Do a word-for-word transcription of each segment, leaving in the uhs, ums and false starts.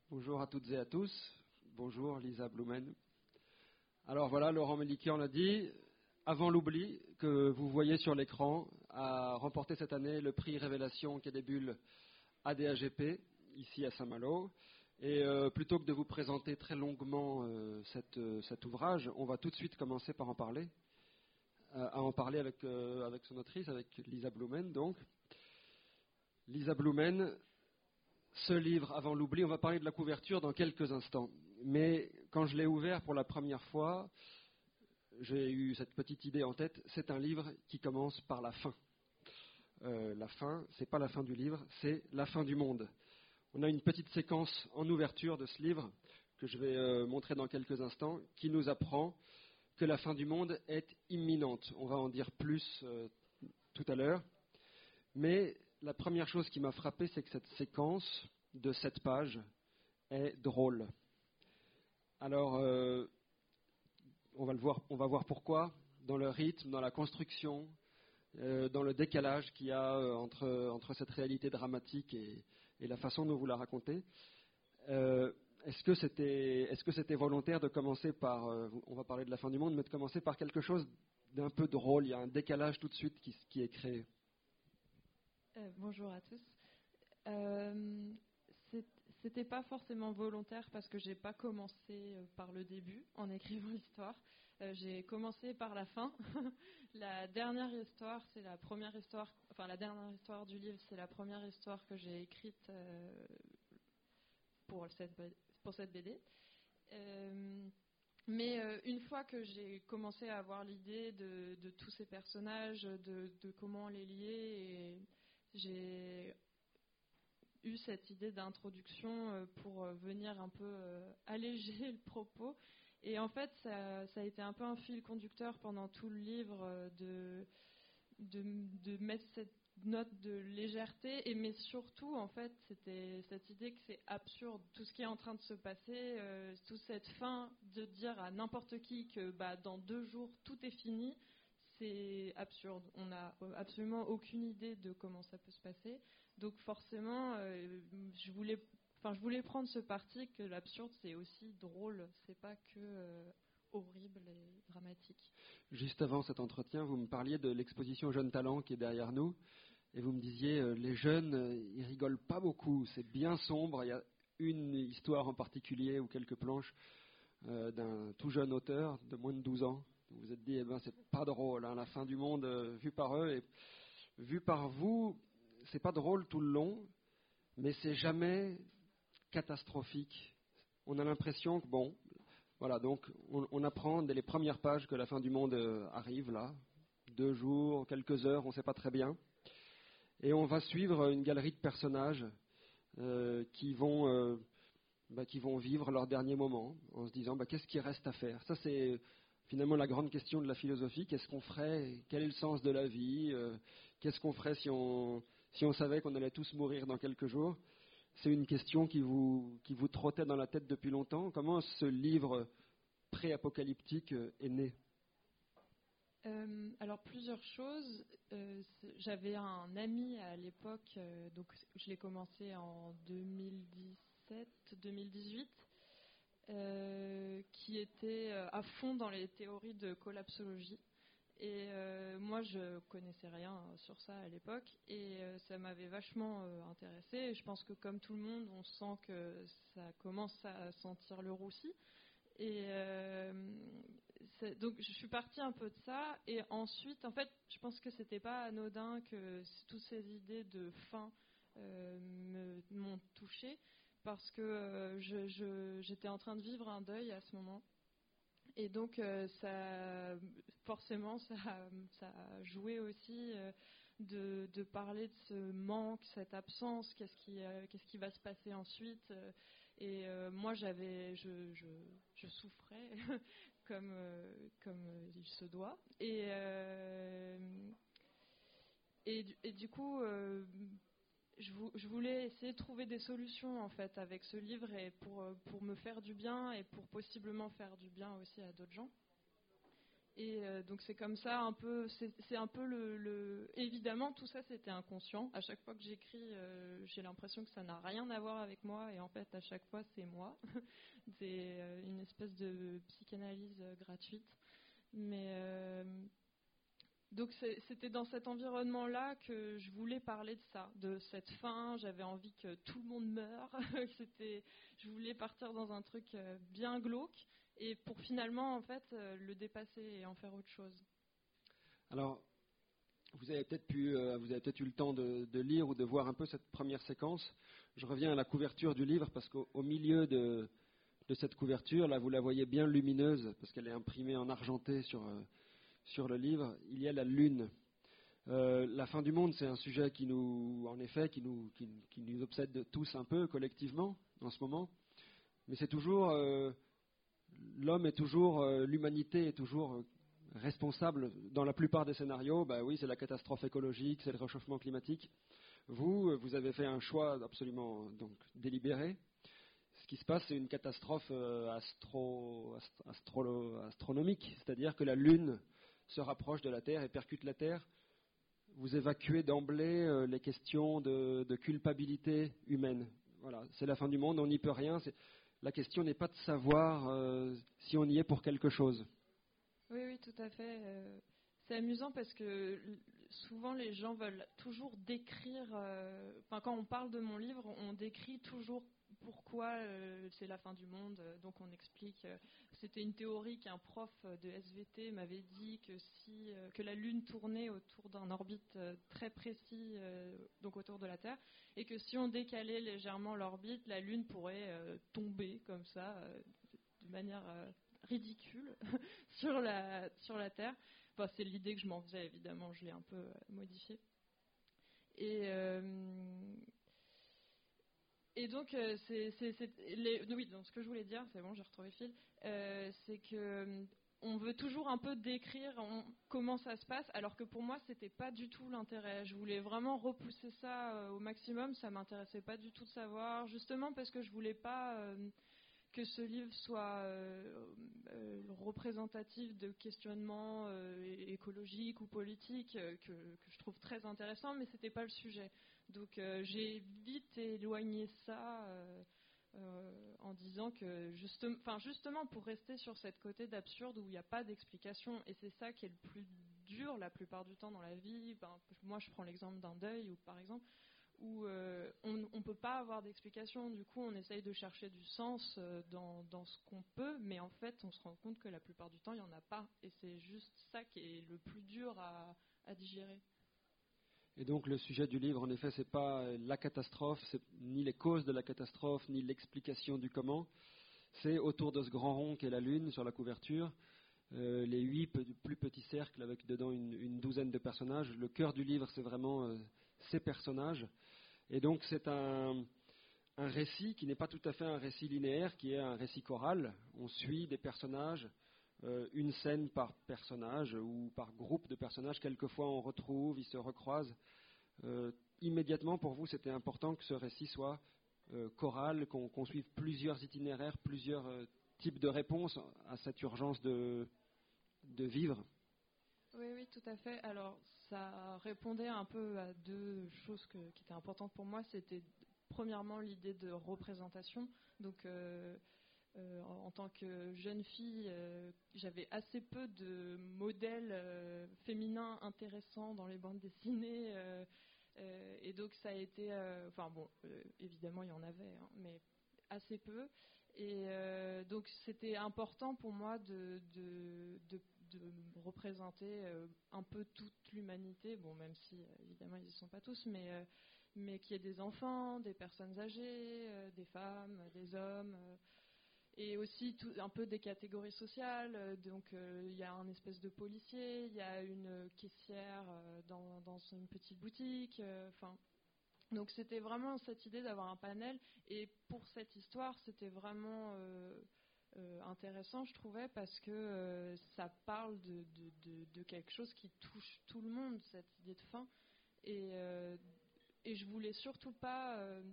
Bonjour à toutes et à tous. Bonjour Lisa Blumen. Alors voilà, Laurent Mélikian l'a dit, Avant l'oubli, que vous voyez sur l'écran, a remporté cette année le prix Révélation Quai des Bulles A D A G P, ici à Saint-Malo. Et euh, plutôt que de vous présenter très longuement euh, cette, euh, cet ouvrage, on va tout de suite commencer par en parler, euh, à en parler avec, euh, avec son autrice, avec Lisa Blumen donc. Lisa Blumen, ce livre, Avant l'oubli, on va parler de la couverture dans quelques instants. Mais quand je l'ai ouvert pour la première fois, j'ai eu cette petite idée en tête. C'est un livre qui commence par la fin. Euh, la fin, c'est pas la fin du livre, c'est la fin du monde. On a une petite séquence en ouverture de ce livre que je vais euh, montrer dans quelques instants, qui nous apprend que la fin du monde est imminente. On va en dire plus euh, tout à l'heure. Mais la première chose qui m'a frappé, c'est que cette séquence de sept pages est drôle. Alors, euh, on va le voir, on va voir pourquoi, dans le rythme, dans la construction, euh, dans le décalage qu'il y a euh, entre, entre cette réalité dramatique et, et la façon dont vous la racontez. Euh, est-ce que c'était, est-ce que c'était volontaire de commencer par, euh, on va parler de la fin du monde, mais de commencer par quelque chose d'un peu drôle? Il y a un décalage tout de suite qui, qui est créé. Euh, bonjour à tous. Euh, c'est, c'était pas forcément volontaire parce que j'ai pas commencé par le début en écrivant l'histoire. Euh, j'ai commencé par la fin. La dernière histoire, c'est la première histoire. Enfin, la dernière histoire du livre, c'est la première histoire que j'ai écrite euh, pour cette pour cette B D. Euh, Mais euh, une fois que j'ai commencé à avoir l'idée de, de tous ces personnages, de, de comment les lier, et j'ai eu cette idée d'introduction euh, pour euh, venir un peu euh, alléger le propos. Et en fait, ça, ça a été un peu un fil conducteur pendant tout le livre euh, de, de, de mettre cette note de légèreté, et mais surtout en fait c'était cette idée que c'est absurde tout ce qui est en train de se passer, euh, toute cette fin de dire à n'importe qui que bah, dans deux jours tout est fini, c'est absurde, on n'a absolument aucune idée de comment ça peut se passer, donc forcément euh, je voulais enfin je voulais prendre ce parti que l'absurde c'est aussi drôle, c'est pas que euh, horrible et dramatique. Juste avant cet entretien, vous me parliez de l'exposition Jeunes Talents qui est derrière nous, et vous me disiez, euh, les jeunes, euh, ils rigolent pas beaucoup, c'est bien sombre, il y a une histoire en particulier ou quelques planches euh, d'un tout jeune auteur de moins de douze ans. Vous vous êtes dit, eh ben, c'est pas drôle, hein, la fin du monde euh, vue par eux, et vue par vous, c'est pas drôle tout le long, mais c'est jamais catastrophique. On a l'impression que, bon, voilà, donc on, on apprend dès les premières pages que la fin du monde euh, arrive, là, deux jours, quelques heures, on ne sait pas très bien. Et on va suivre une galerie de personnages euh, qui, vont, euh, bah, qui vont vivre leurs derniers moments en se disant bah, qu'est-ce qui reste à faire. Ça, c'est finalement la grande question de la philosophie. Qu'est-ce qu'on ferait? Quel est le sens de la vie? euh, Qu'est-ce qu'on ferait si on, si on savait qu'on allait tous mourir dans quelques jours? C'est une question qui vous, qui vous trottait dans la tête depuis longtemps. Comment ce livre pré-apocalyptique est né? Euh, alors plusieurs choses. Euh, j'avais un ami à l'époque, euh, donc je l'ai commencé en deux mille dix-sept deux mille dix-huit, euh, qui était à fond dans les théories de collapsologie. Et euh, moi, je connaissais rien sur ça à l'époque, et euh, ça m'avait vachement euh, intéressé. Et je pense que comme tout le monde, on sent que ça commence à sentir le roussi. Et euh, donc je suis partie un peu de ça, et ensuite en fait je pense que c'était pas anodin que toutes ces idées de fin euh, me, m'ont touchée, parce que euh, je, je, j'étais en train de vivre un deuil à ce moment, et donc euh, ça forcément ça, ça a joué aussi euh, de, de parler de ce manque, cette absence, qu'est-ce qui, euh, qu'est-ce qui va se passer ensuite. euh, Et euh, moi, j'avais, je, je, je souffrais comme, euh, comme il se doit. Et, euh, et, du- et du coup, euh, je, vou- je voulais essayer de trouver des solutions en fait avec ce livre, et pour, euh, pour me faire du bien et pour possiblement faire du bien aussi à d'autres gens. Et euh, donc c'est comme ça un peu, c'est, c'est un peu le, le... Évidemment, tout ça c'était inconscient. À chaque fois que j'écris, euh, j'ai l'impression que ça n'a rien à voir avec moi, et en fait à chaque fois c'est moi. C'est euh, une espèce de psychanalyse euh, gratuite. Mais euh, donc c'est, c'était dans cet environnement-là que je voulais parler de ça, de cette fin. J'avais envie que tout le monde meure. C'était, je voulais partir dans un truc euh, bien glauque. Et pour finalement, en fait, euh, le dépasser et en faire autre chose. Alors, vous avez peut-être pu, euh, vous avez peut-être eu le temps de, de lire ou de voir un peu cette première séquence. Je reviens à la couverture du livre parce qu'au au milieu de, de cette couverture, là, vous la voyez bien lumineuse parce qu'elle est imprimée en argenté sur, euh, sur le livre. Il y a la lune. Euh, la fin du monde, c'est un sujet qui nous, en effet, qui nous, qui, qui nous obsède tous un peu collectivement en ce moment. Mais c'est toujours euh, l'homme est toujours, euh, l'humanité est toujours euh, responsable dans la plupart des scénarios. Bah oui, c'est la catastrophe écologique, c'est le réchauffement climatique. Vous, vous avez fait un choix absolument donc délibéré. Ce qui se passe, c'est une catastrophe euh, astro, astro, astro, astronomique, c'est-à-dire que la Lune se rapproche de la Terre et percute la Terre. Vous évacuez d'emblée euh, les questions de, de culpabilité humaine. Voilà, c'est la fin du monde, on n'y peut rien. C'est, la question n'est pas de savoir euh, si on y est pour quelque chose. Oui, oui, tout à fait. Euh, c'est amusant parce que souvent les gens veulent toujours décrire. Euh, enfin, quand on parle de mon livre, on décrit toujours pourquoi euh, c'est la fin du monde. Donc on explique. Euh, c'était une théorie qu'un prof de S V T m'avait dit que si euh, que la Lune tournait autour d'un orbite euh, très précis, euh, donc autour de la Terre, et que si on décalait légèrement l'orbite, la Lune pourrait euh, tomber comme ça, euh, de manière euh, ridicule sur la sur la Terre. Enfin, c'est l'idée que je m'en faisais, évidemment, je l'ai un peu euh, modifiée. Et euh, Et donc, euh, c'est, c'est, c'est les, oui, donc ce que je voulais dire, c'est bon, j'ai retrouvé le fil, euh, c'est que euh, on veut toujours un peu décrire on, comment ça se passe, alors que pour moi, c'était pas du tout l'intérêt. Je voulais vraiment repousser ça euh, au maximum. Ça m'intéressait pas du tout de savoir, justement parce que je voulais pas euh, que ce livre soit euh, euh, représentatif de questionnements euh, écologiques ou politiques euh, que, que je trouve très intéressants, mais c'était pas le sujet. Donc euh, j'ai vite éloigné ça euh, euh, en disant que justement, enfin, justement pour rester sur cette côté d'absurde où il n'y a pas d'explication, et c'est ça qui est le plus dur la plupart du temps dans la vie. Ben, moi je prends l'exemple d'un deuil, ou par exemple, où euh, on ne peut pas avoir d'explication. Du coup on essaye de chercher du sens euh, dans, dans ce qu'on peut, mais en fait on se rend compte que la plupart du temps il n'y en a pas, et c'est juste ça qui est le plus dur à, à digérer. Et donc le sujet du livre, en effet, c'est pas la catastrophe, c'est ni les causes de la catastrophe, ni l'explication du comment. C'est autour de ce grand rond qu'est la Lune sur la couverture, euh, les huit pe- plus petits cercles avec dedans une, une douzaine de personnages. Le cœur du livre, c'est vraiment euh, ces personnages. Et donc c'est un, un récit qui n'est pas tout à fait un récit linéaire, qui est un récit choral. On suit des personnages, euh, une scène par personnage ou par groupe de personnages. Quelquefois on retrouve, ils se recroisent. Euh, immédiatement pour vous, c'était important que ce récit soit euh, choral, qu'on, qu'on suive plusieurs itinéraires, plusieurs euh, types de réponses à cette urgence de, de vivre. Oui, oui, tout à fait. Alors, ça répondait un peu à deux choses que, qui étaient importantes pour moi. C'était premièrement l'idée de représentation. Donc, euh, euh, en, en tant que jeune fille, euh, j'avais assez peu de modèles euh, féminins intéressants dans les bandes dessinées. Euh, euh, et donc, ça a été... euh, Enfin, bon, euh, évidemment, il y en avait, hein, mais assez peu. Et euh, donc, c'était important pour moi de... de, de de représenter euh, un peu toute l'humanité, bon, même si euh, évidemment ils n'y sont pas tous, mais, euh, mais qu'il y ait des enfants, des personnes âgées, euh, des femmes, des hommes, euh, et aussi tout, un peu des catégories sociales. Euh, donc euh, il y a un espèce de policier, il y a une caissière euh, dans, dans une petite boutique, enfin. Euh, donc c'était vraiment cette idée d'avoir un panel, et pour cette histoire, c'était vraiment... Euh, Euh, intéressant, je trouvais, parce que euh, ça parle de, de, de, de quelque chose qui touche tout le monde, cette idée de fin. Et, euh, et je voulais surtout pas euh,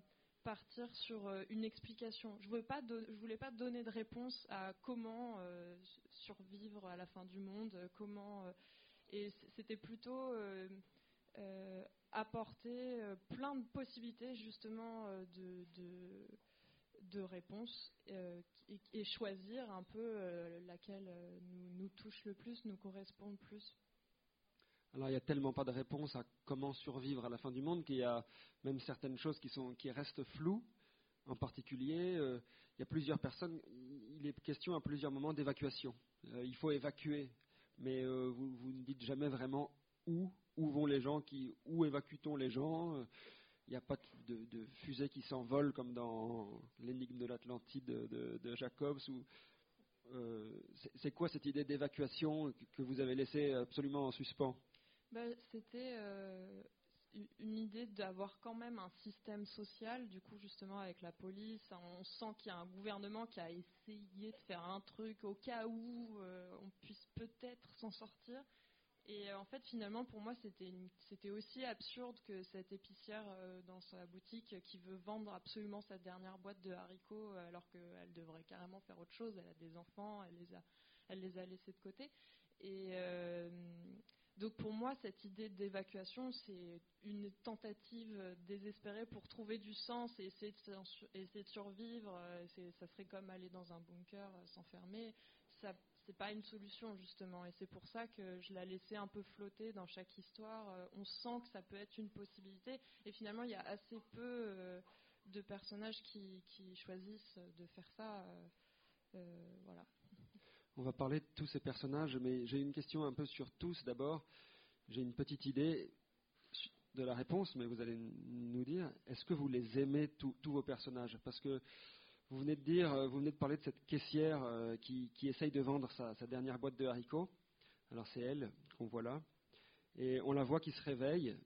partir sur euh, une explication. Je voulais pas, do- je voulais pas donner de réponse à comment euh, survivre à la fin du monde, euh, comment. Euh, et c- c'était plutôt euh, euh, apporter euh, plein de possibilités justement euh, de, de, de réponses euh, et, et choisir un peu euh, laquelle euh, nous, nous touche le plus, nous correspond le plus. Alors il n'y a tellement pas de réponse à comment survivre à la fin du monde qu'il y a même certaines choses qui, sont, qui restent floues. En particulier, euh, il y a plusieurs personnes, il est question à plusieurs moments d'évacuation. Euh, il faut évacuer, mais euh, vous, vous ne dites jamais vraiment où, où vont les gens, qui, où évacue-t-on les gens. Euh, Il n'y a pas de, de fusée qui s'envole comme dans l'énigme de l'Atlantide de, de, de Jacobs. Où, euh, c'est, c'est quoi cette idée d'évacuation que vous avez laissée absolument en suspens? Ben, c'était euh, une idée d'avoir quand même un système social, du coup justement avec la police, on sent qu'il y a un gouvernement qui a essayé de faire un truc au cas où euh, on puisse peut-être s'en sortir. Et euh, en fait finalement pour moi c'était, une, c'était aussi absurde que cette épicière euh, dans sa boutique euh, qui veut vendre absolument sa dernière boîte de haricots euh, alors qu'elle devrait carrément faire autre chose, elle a des enfants, elle les a, elle les a laissés de côté. Et euh, donc pour moi, cette idée d'évacuation, c'est une tentative désespérée pour trouver du sens et essayer de, essayer de survivre. C'est, ça serait comme aller dans un bunker, s'enfermer. Ça, c'est pas une solution justement, et c'est pour ça que je la laissais un peu flotter dans chaque histoire. On sent que ça peut être une possibilité, et finalement, il y a assez peu de personnages qui, qui choisissent de faire ça. Euh, voilà. On va parler de tous ces personnages, mais j'ai une question un peu sur tous d'abord. J'ai une petite idée de la réponse, mais vous allez nous dire, est-ce que vous les aimez tous, tous vos personnages? Parce que vous venez de dire, vous venez de parler de cette caissière euh, qui, qui essaye de vendre sa, sa dernière boîte de haricots. Alors c'est elle qu'on voit là. Et on la voit qui se réveille.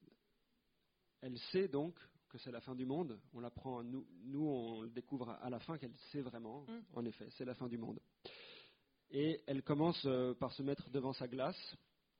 Elle sait donc que c'est la fin du monde. On l'apprend, nous, nous on le découvre à la fin qu'elle sait vraiment. Mm. En effet, c'est la fin du monde. Et elle commence euh, par se mettre devant sa glace.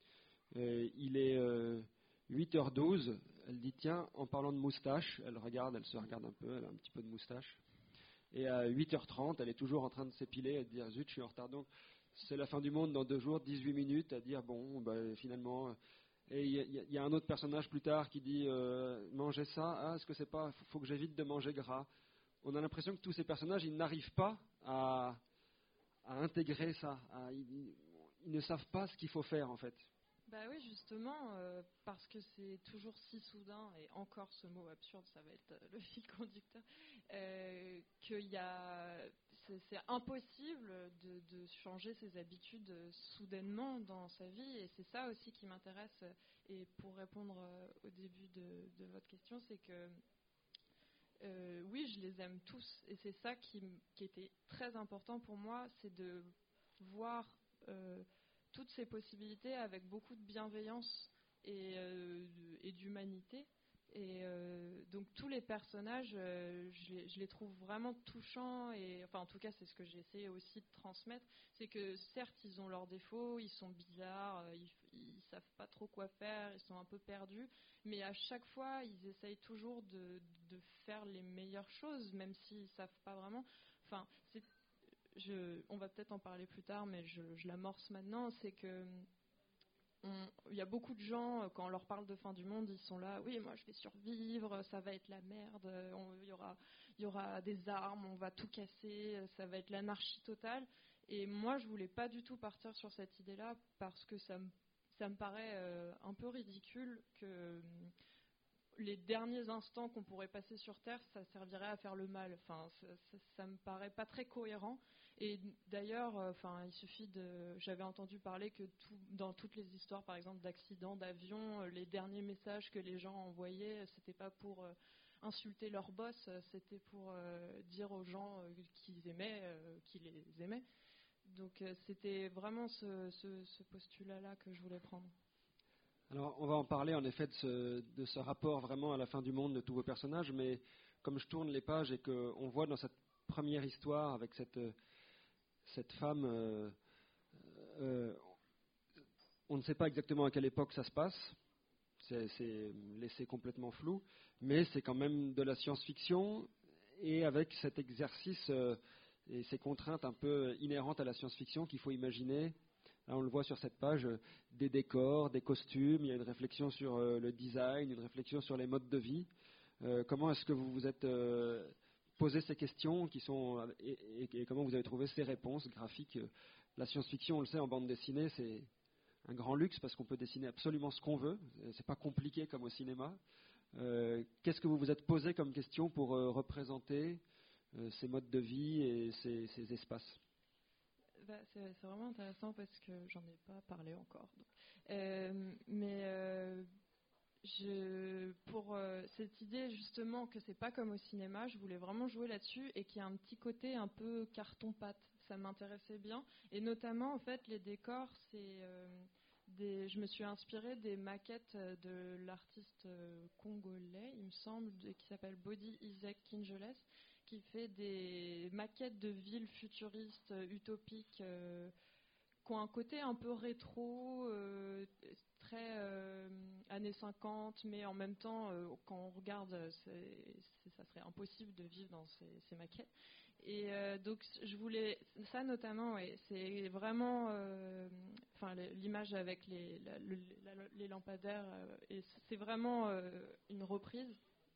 Euh, il est euh, huit heures douze. Elle dit tiens, en parlant de moustache, elle regarde, elle se regarde un peu, elle a un petit peu de moustache. Et à huit heures trente, elle est toujours en train de s'épiler et de dire zut, je suis en retard. Donc c'est la fin du monde dans deux jours, dix-huit minutes, à dire bon, ben, finalement. Et il y, y, y a un autre personnage plus tard qui dit euh, mangez ça, ah, est-ce que c'est pas, faut, faut que j'évite de manger gras. On a l'impression que tous ces personnages, ils n'arrivent pas à à intégrer ça. À, ils, ils ne savent pas ce qu'il faut faire en fait. Bah oui, justement, euh, parce que c'est toujours si soudain, et encore ce mot absurde, ça va être le fil conducteur, euh, qu'il y a, c'est, c'est impossible de, de changer ses habitudes soudainement dans sa vie, et c'est ça aussi qui m'intéresse. Et pour répondre au début de, de votre question, c'est que Euh, oui, je les aime tous, et c'est ça qui, qui était très important pour moi, c'est de voir euh, toutes ces possibilités avec beaucoup de bienveillance et, euh, et d'humanité. Et euh, donc tous les personnages, euh, je, les, je les trouve vraiment touchants, et enfin en tout cas c'est ce que j'ai essayé aussi de transmettre, c'est que certes ils ont leurs défauts, ils sont bizarres, ils, ils savent pas trop quoi faire, ils sont un peu perdus, mais à chaque fois ils essayent toujours de, de faire les meilleures choses, même s'ils savent pas vraiment. Enfin, c'est, je, on va peut-être en parler plus tard, mais je, je l'amorce maintenant, c'est que il y a beaucoup de gens, quand on leur parle de fin du monde, ils sont là, oui, moi je vais survivre, ça va être la merde, il y aura, y aura des armes, on va tout casser, ça va être l'anarchie totale. Et moi, je voulais pas du tout partir sur cette idée-là, parce que ça me, ça me paraît euh, un peu ridicule que euh, les derniers instants qu'on pourrait passer sur Terre, ça servirait à faire le mal. Enfin, ça, ça, ça me paraît pas très cohérent. Et d'ailleurs, euh, enfin, il suffit de. J'avais entendu parler que tout, dans toutes les histoires, par exemple, d'accidents d'avion, euh, les derniers messages que les gens envoyaient, c'était pas pour euh, insulter leur boss, c'était pour euh, dire aux gens euh, qu'ils aimaient, euh, qu'ils les aimaient. Donc, euh, c'était vraiment ce, ce, ce postulat-là que je voulais prendre. Alors, on va en parler en effet de ce, de ce rapport vraiment à la fin du monde de tous vos personnages, mais comme je tourne les pages et qu'on voit dans cette première histoire avec cette, cette femme, euh, euh, on ne sait pas exactement à quelle époque ça se passe, c'est, c'est laissé complètement flou, mais c'est quand même de la science-fiction et avec cet exercice euh, et ces contraintes un peu inhérentes à la science-fiction qu'il faut imaginer. Là, on le voit sur cette page, euh, des décors, des costumes, il y a une réflexion sur euh, le design, une réflexion sur les modes de vie. Euh, comment est-ce que vous vous êtes euh, posé ces questions qui sont, et, et, et comment vous avez trouvé ces réponses graphiques? La science-fiction, on le sait, en bande dessinée, c'est un grand luxe parce qu'on peut dessiner absolument ce qu'on veut. C'est pas compliqué comme au cinéma. Euh, qu'est-ce que vous vous êtes posé comme question pour euh, représenter euh, ces modes de vie et ces, ces espaces? Bah, c'est, c'est vraiment intéressant parce que j'en ai pas parlé encore. Donc. Euh, mais euh, je, pour euh, cette idée justement que c'est pas comme au cinéma, je voulais vraiment jouer là-dessus et qu'il y a un petit côté un peu carton-pâte. Ça m'intéressait bien. Et notamment, en fait, les décors, c'est euh, des, je me suis inspirée des maquettes de l'artiste euh, congolais, il me semble, de, qui s'appelle Body Isaac Kingeles, qui fait des maquettes de villes futuristes, euh, utopiques, euh, qui ont un côté un peu rétro, euh, très euh, années cinquante, mais en même temps, euh, quand on regarde, c'est, c'est, ça serait impossible de vivre dans ces, ces maquettes. Et euh, donc, je voulais, ça notamment, ouais, c'est vraiment, euh, enfin, l'image avec les, la, le, la, les lampadaires, euh, et c'est vraiment euh, une reprise.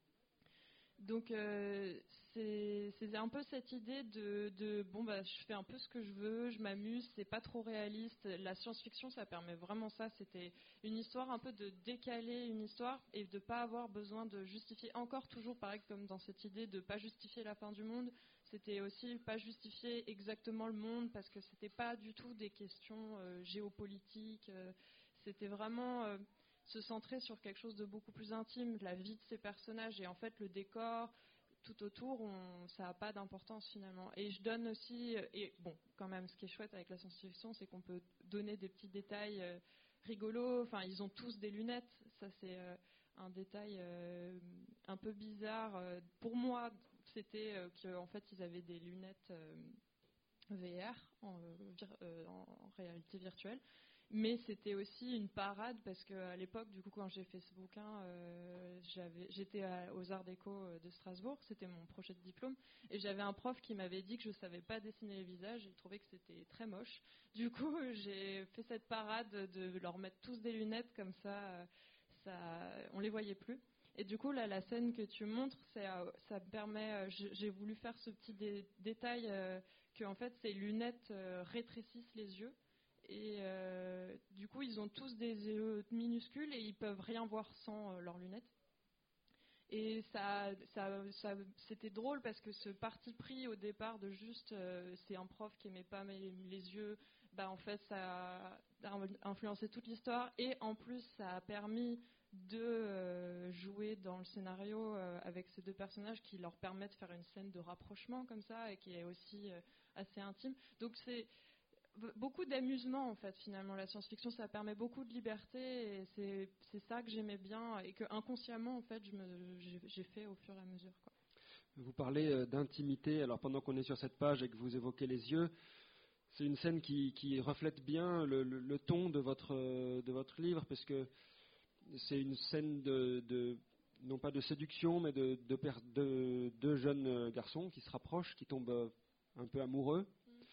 Donc euh, c'est, c'est un peu cette idée de, de bon bah je fais un peu ce que je veux, je m'amuse, c'est pas trop réaliste. La science-fiction ça permet vraiment ça, c'était une histoire un peu de décaler une histoire et de pas avoir besoin de justifier, encore toujours pareil comme dans cette idée de pas justifier la fin du monde, c'était aussi pas justifier exactement le monde parce que c'était pas du tout des questions euh, géopolitiques, euh, c'était vraiment euh, se centrer sur quelque chose de beaucoup plus intime, la vie de ces personnages et en fait le décor, tout autour, on, ça n'a pas d'importance finalement. Et je donne aussi, et bon, quand même, ce qui est chouette avec la science-fiction, c'est qu'on peut donner des petits détails euh, rigolos. Enfin, ils ont tous des lunettes, ça c'est euh, un détail euh, un peu bizarre. Euh, pour moi, c'était euh, qu'en fait, ils avaient des lunettes euh, V R, en, euh, en, en réalité virtuelle. Mais c'était aussi une parade parce qu'à l'époque, du coup, quand j'ai fait ce bouquin, euh, j'avais, j'étais à, aux Arts Déco de Strasbourg, c'était mon projet de diplôme, et j'avais un prof qui m'avait dit que je ne savais pas dessiner les visages, il trouvait que c'était très moche. Du coup, j'ai fait cette parade de leur mettre tous des lunettes, comme ça, ça on ne les voyait plus. Et du coup, là, la scène que tu montres, c'est, ça me permet, j'ai voulu faire ce petit dé, détail euh, que, en fait, ces lunettes euh, rétrécissent les yeux. Et euh, du coup, ils ont tous des yeux minuscules et ils peuvent rien voir sans euh, leurs lunettes. Et ça, ça, ça, c'était drôle parce que ce parti pris au départ de juste, euh, c'est un prof qui aimait pas mes, les yeux, bah en fait, ça a influencé toute l'histoire. Et en plus, ça a permis de euh, jouer dans le scénario euh, avec ces deux personnages qui leur permettent de faire une scène de rapprochement comme ça et qui est aussi euh, assez intime. Donc c'est beaucoup d'amusement en fait finalement. La science-fiction ça permet beaucoup de liberté et c'est, c'est ça que j'aimais bien et que inconsciemment en fait je me, j'ai, j'ai fait au fur et à mesure quoi. Vous parlez euh, d'intimité, alors pendant qu'on est sur cette page et que vous évoquez les yeux, c'est une scène qui, qui reflète bien le, le, le ton de votre, euh, de votre livre parce que c'est une scène de, de non pas de séduction mais de deux de, de, de jeunes garçons qui se rapprochent, qui tombent un peu amoureux.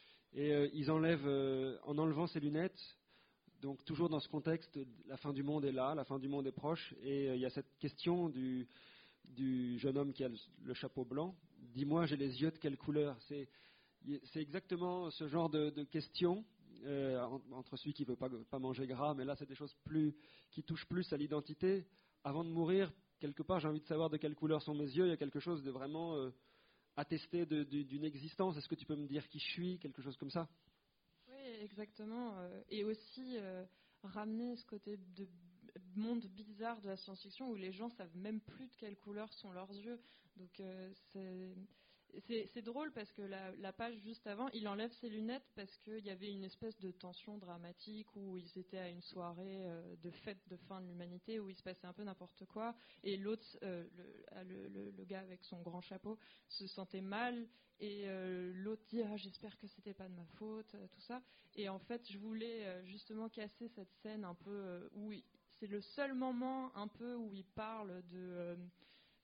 Et euh, ils enlèvent, euh, en enlevant ses lunettes, donc toujours dans ce contexte, la fin du monde est là, la fin du monde est proche, et euh, il y a cette question du, du jeune homme qui a le, le chapeau blanc. Dis-moi, j'ai les yeux de quelle couleur? C'est, c'est exactement ce genre de, de questions euh, entre celui qui ne veut pas, pas manger gras, mais là c'est des choses plus, qui touchent plus à l'identité. Avant de mourir, quelque part, j'ai envie de savoir de quelle couleur sont mes yeux. Il y a quelque chose de vraiment euh, attesté de, de, d'une existence. Est-ce que tu peux me dire qui je suis? Quelque chose comme ça? Oui, exactement. Et aussi euh, ramener ce côté de monde bizarre de la science-fiction où les gens savent même plus de quelle couleur sont leurs yeux. Donc euh, c'est, c'est, c'est drôle parce que la, la page juste avant, il enlève ses lunettes parce qu'il y avait une espèce de tension dramatique où ils étaient à une soirée euh, de fête de fin de l'humanité où il se passait un peu n'importe quoi et l'autre, euh, le, le, le, le gars avec son grand chapeau, se sentait mal. Et euh, l'autre dit ah, j'espère que c'était pas de ma faute, euh, tout ça. Et en fait, je voulais euh, justement casser cette scène un peu euh, où il, c'est le seul moment un peu où il parle de euh,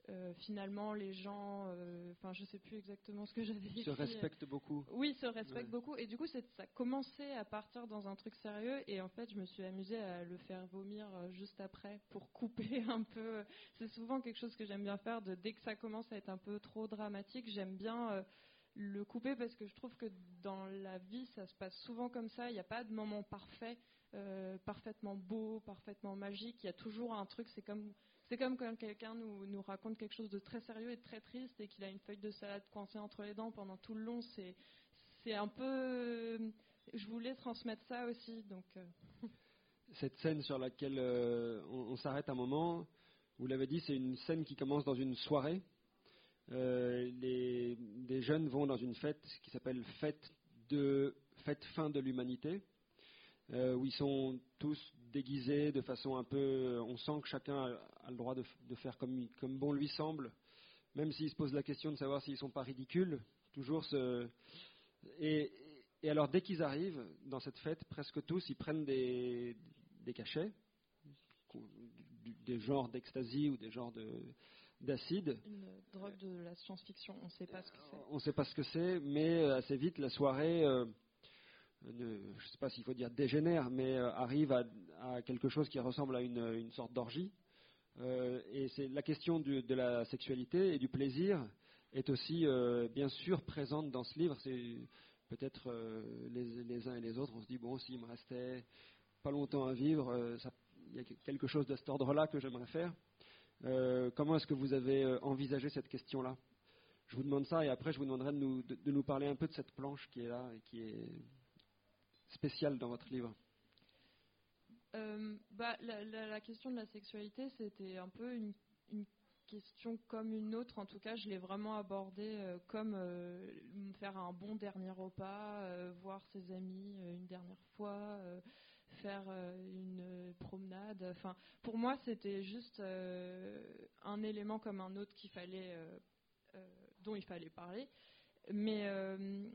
euh, finalement les gens, enfin euh, je sais plus exactement ce que j'avais écrit. Se respectent beaucoup. Oui, se respectent Ouais. beaucoup. Et du coup, c'est, ça commençait à partir dans un truc sérieux. Et en fait, je me suis amusée à le faire vomir juste après pour couper un peu. C'est souvent quelque chose que j'aime bien faire. De, dès que ça commence à être un peu trop dramatique, j'aime bien euh, le couper parce que je trouve que dans la vie, ça se passe souvent comme ça. Il n'y a pas de moment parfait, euh, parfaitement beau, parfaitement magique. Il y a toujours un truc. C'est comme C'est comme quand quelqu'un nous, nous raconte quelque chose de très sérieux et de très triste et qu'il a une feuille de salade coincée entre les dents pendant tout le long. C'est, c'est un peu... Je voulais transmettre ça aussi. Donc, euh. Cette scène sur laquelle euh, on, on s'arrête un moment, vous l'avez dit, c'est une scène qui commence dans une soirée. Euh, les, des jeunes vont dans une fête qui s'appelle Fête, de, fête fin de l'humanité, euh, où ils sont tous déguisés de façon un peu... On sent que chacun a, a le droit de, de faire comme, comme bon lui semble, même s'ils se posent la question de savoir s'ils ne sont pas ridicules. Toujours ce... Et, et alors, dès qu'ils arrivent dans cette fête, presque tous, ils prennent des, des cachets, des genres d'ecstasy ou des genres de, d'acide. Une drogue de la science-fiction, on ne sait pas ce que c'est. On ne sait pas ce que c'est, mais assez vite, la soirée... Euh, Ne, je ne sais pas s'il faut dire dégénère, mais euh, arrive à, à quelque chose qui ressemble à une, une sorte d'orgie. Euh, et c'est la question du, de la sexualité et du plaisir est aussi euh, bien sûr présente dans ce livre. C'est peut-être euh, les, les uns et les autres, on se dit bon, s'il me restait pas longtemps à vivre, euh, ça, il y a quelque chose de cet ordre-là que j'aimerais faire. Euh, comment est-ce que vous avez envisagé cette question-là ? Je vous demande ça et après je vous demanderai de nous, de, de nous parler un peu de cette planche qui est là et qui est spécial dans votre livre. euh, bah, la, la, la question de la sexualité, c'était un peu une, une question comme une autre. En tout cas, je l'ai vraiment abordée euh, comme euh, faire un bon dernier repas, euh, voir ses amis euh, une dernière fois, euh, faire euh, une promenade. Enfin, pour moi, c'était juste euh, un élément comme un autre qu'il fallait, euh, euh, dont il fallait parler. Mais euh,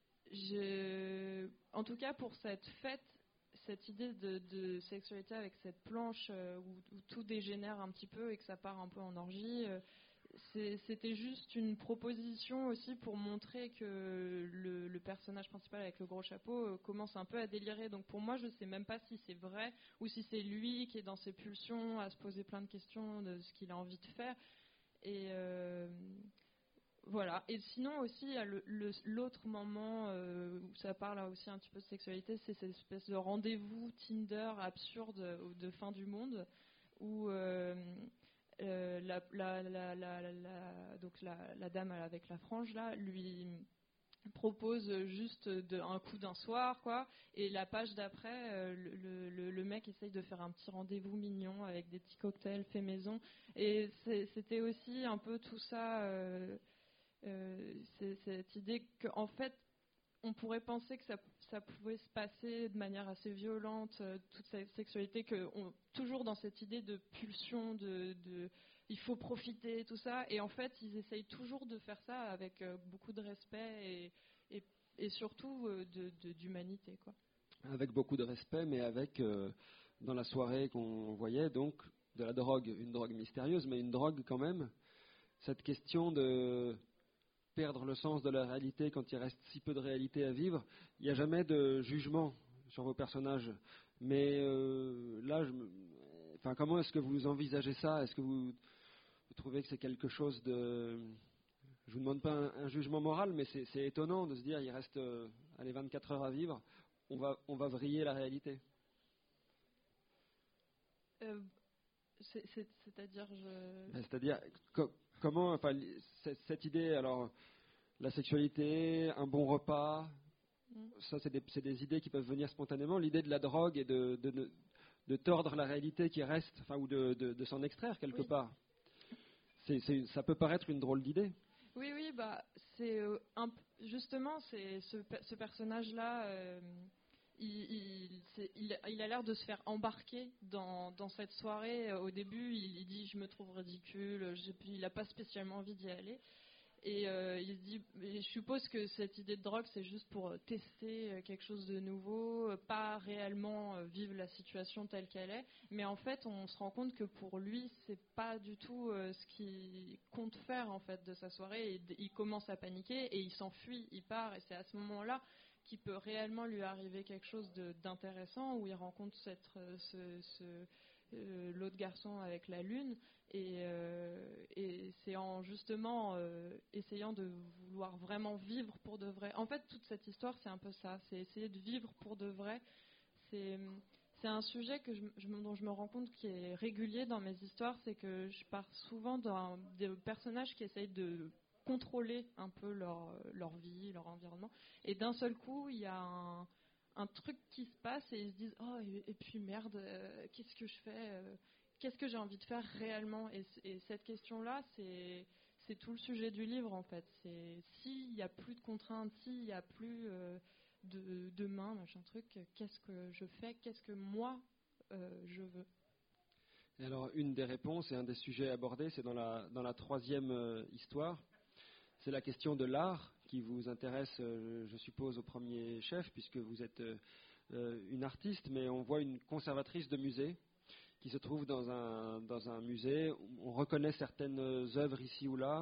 Je, en tout cas, pour cette fête, cette idée de, de sexualité avec cette planche euh, où, où tout dégénère un petit peu et que ça part un peu en orgie, euh, c'est, c'était juste une proposition aussi pour montrer que le, le personnage principal avec le gros chapeau euh, commence un peu à délirer. Donc pour moi, je ne sais même pas si c'est vrai ou si c'est lui qui est dans ses pulsions à se poser plein de questions de ce qu'il a envie de faire. Et... Euh, Voilà. Et sinon aussi, il y a le, le, l'autre moment euh, où ça parle aussi un petit peu de sexualité, c'est cette espèce de rendez-vous Tinder absurde de fin du monde où euh, euh, la, la, la, la, la, donc la, la dame avec la frange là lui propose juste de, un coup d'un soir, quoi. Et la page d'après, euh, le, le, le mec essaye de faire un petit rendez-vous mignon avec des petits cocktails faits maison. Et c'est, c'était aussi un peu tout ça. Euh, Euh, c'est cette idée qu'en fait, on pourrait penser que ça, ça pouvait se passer de manière assez violente, euh, toute cette sexualité, que on, toujours dans cette idée de pulsion, de, de il faut profiter, tout ça. Et en fait, ils essayent toujours de faire ça avec euh, beaucoup de respect et, et, et surtout euh, de, de, d'humanité, quoi. Avec beaucoup de respect, mais avec, euh, dans la soirée qu'on voyait, donc, de la drogue, une drogue mystérieuse, mais une drogue quand même. Cette question de perdre le sens de la réalité quand il reste si peu de réalité à vivre, il n'y a jamais de jugement sur vos personnages. Mais euh, là, je me... enfin, comment est-ce que vous envisagez ça ? Est-ce que vous, vous trouvez que c'est quelque chose de... Je vous demande pas un, un jugement moral, mais c'est, c'est étonnant de se dire il reste euh, allez, vingt-quatre heures à vivre, on va, on va vriller la réalité. Euh, c'est, c'est, c'est-à-dire, je... Ben, c'est-à-dire, co- comment, enfin, cette, cette idée, alors, la sexualité, un bon repas, mm. ça, c'est des, c'est des idées qui peuvent venir spontanément. L'idée de la drogue et de, de, de, de tordre la réalité qui reste, enfin, ou de, de, de s'en extraire quelque oui. part. C'est, c'est, ça peut paraître une drôle d'idée. Oui, oui, bah, c'est euh, un, justement, c'est ce, ce personnage-là. Euh, Il, il, il, il a l'air de se faire embarquer dans, dans cette soirée. Au début, il, il dit « je me trouve ridicule », il n'a pas spécialement envie d'y aller. Et euh, il se dit, et je suppose que cette idée de drogue, c'est juste pour tester quelque chose de nouveau, pas réellement vivre la situation telle qu'elle est. Mais en fait, on se rend compte que pour lui, c'est pas du tout ce qu'il compte faire en fait de sa soirée. Et il commence à paniquer et il s'enfuit, il part. Et c'est à ce moment-là qu'il peut réellement lui arriver quelque chose de, d'intéressant, où il rencontre cette, ce, ce, euh, l'autre garçon avec la lune. Et, euh, et c'est en justement euh, essayant de vouloir vraiment vivre pour de vrai. En fait, toute cette histoire, c'est un peu ça. C'est essayer de vivre pour de vrai. C'est, c'est un sujet que je, je, dont je me rends compte qui est régulier dans mes histoires. C'est que je pars souvent dans des personnages qui essayent de contrôler un peu leur, leur vie, leur environnement. Et d'un seul coup, il y a un, un truc qui se passe et ils se disent « Oh, et, et puis merde, euh, qu'est-ce que je fais euh, Qu'est-ce que j'ai envie de faire réellement ?» et, et cette question-là, c'est, c'est tout le sujet du livre, en fait. C'est s'il n'y a plus de contraintes, s'il n'y a plus euh, de, de main, machin truc, qu'est-ce que je fais? Qu'est-ce que moi, euh, je veux? Et alors, une des réponses et un des sujets abordés, c'est dans la, dans la troisième euh, histoire. C'est la question de l'art qui vous intéresse, euh, je suppose, au premier chef, puisque vous êtes euh, une artiste, mais on voit une conservatrice de musée qui se trouve dans un, dans un musée. On reconnaît certaines œuvres ici ou là,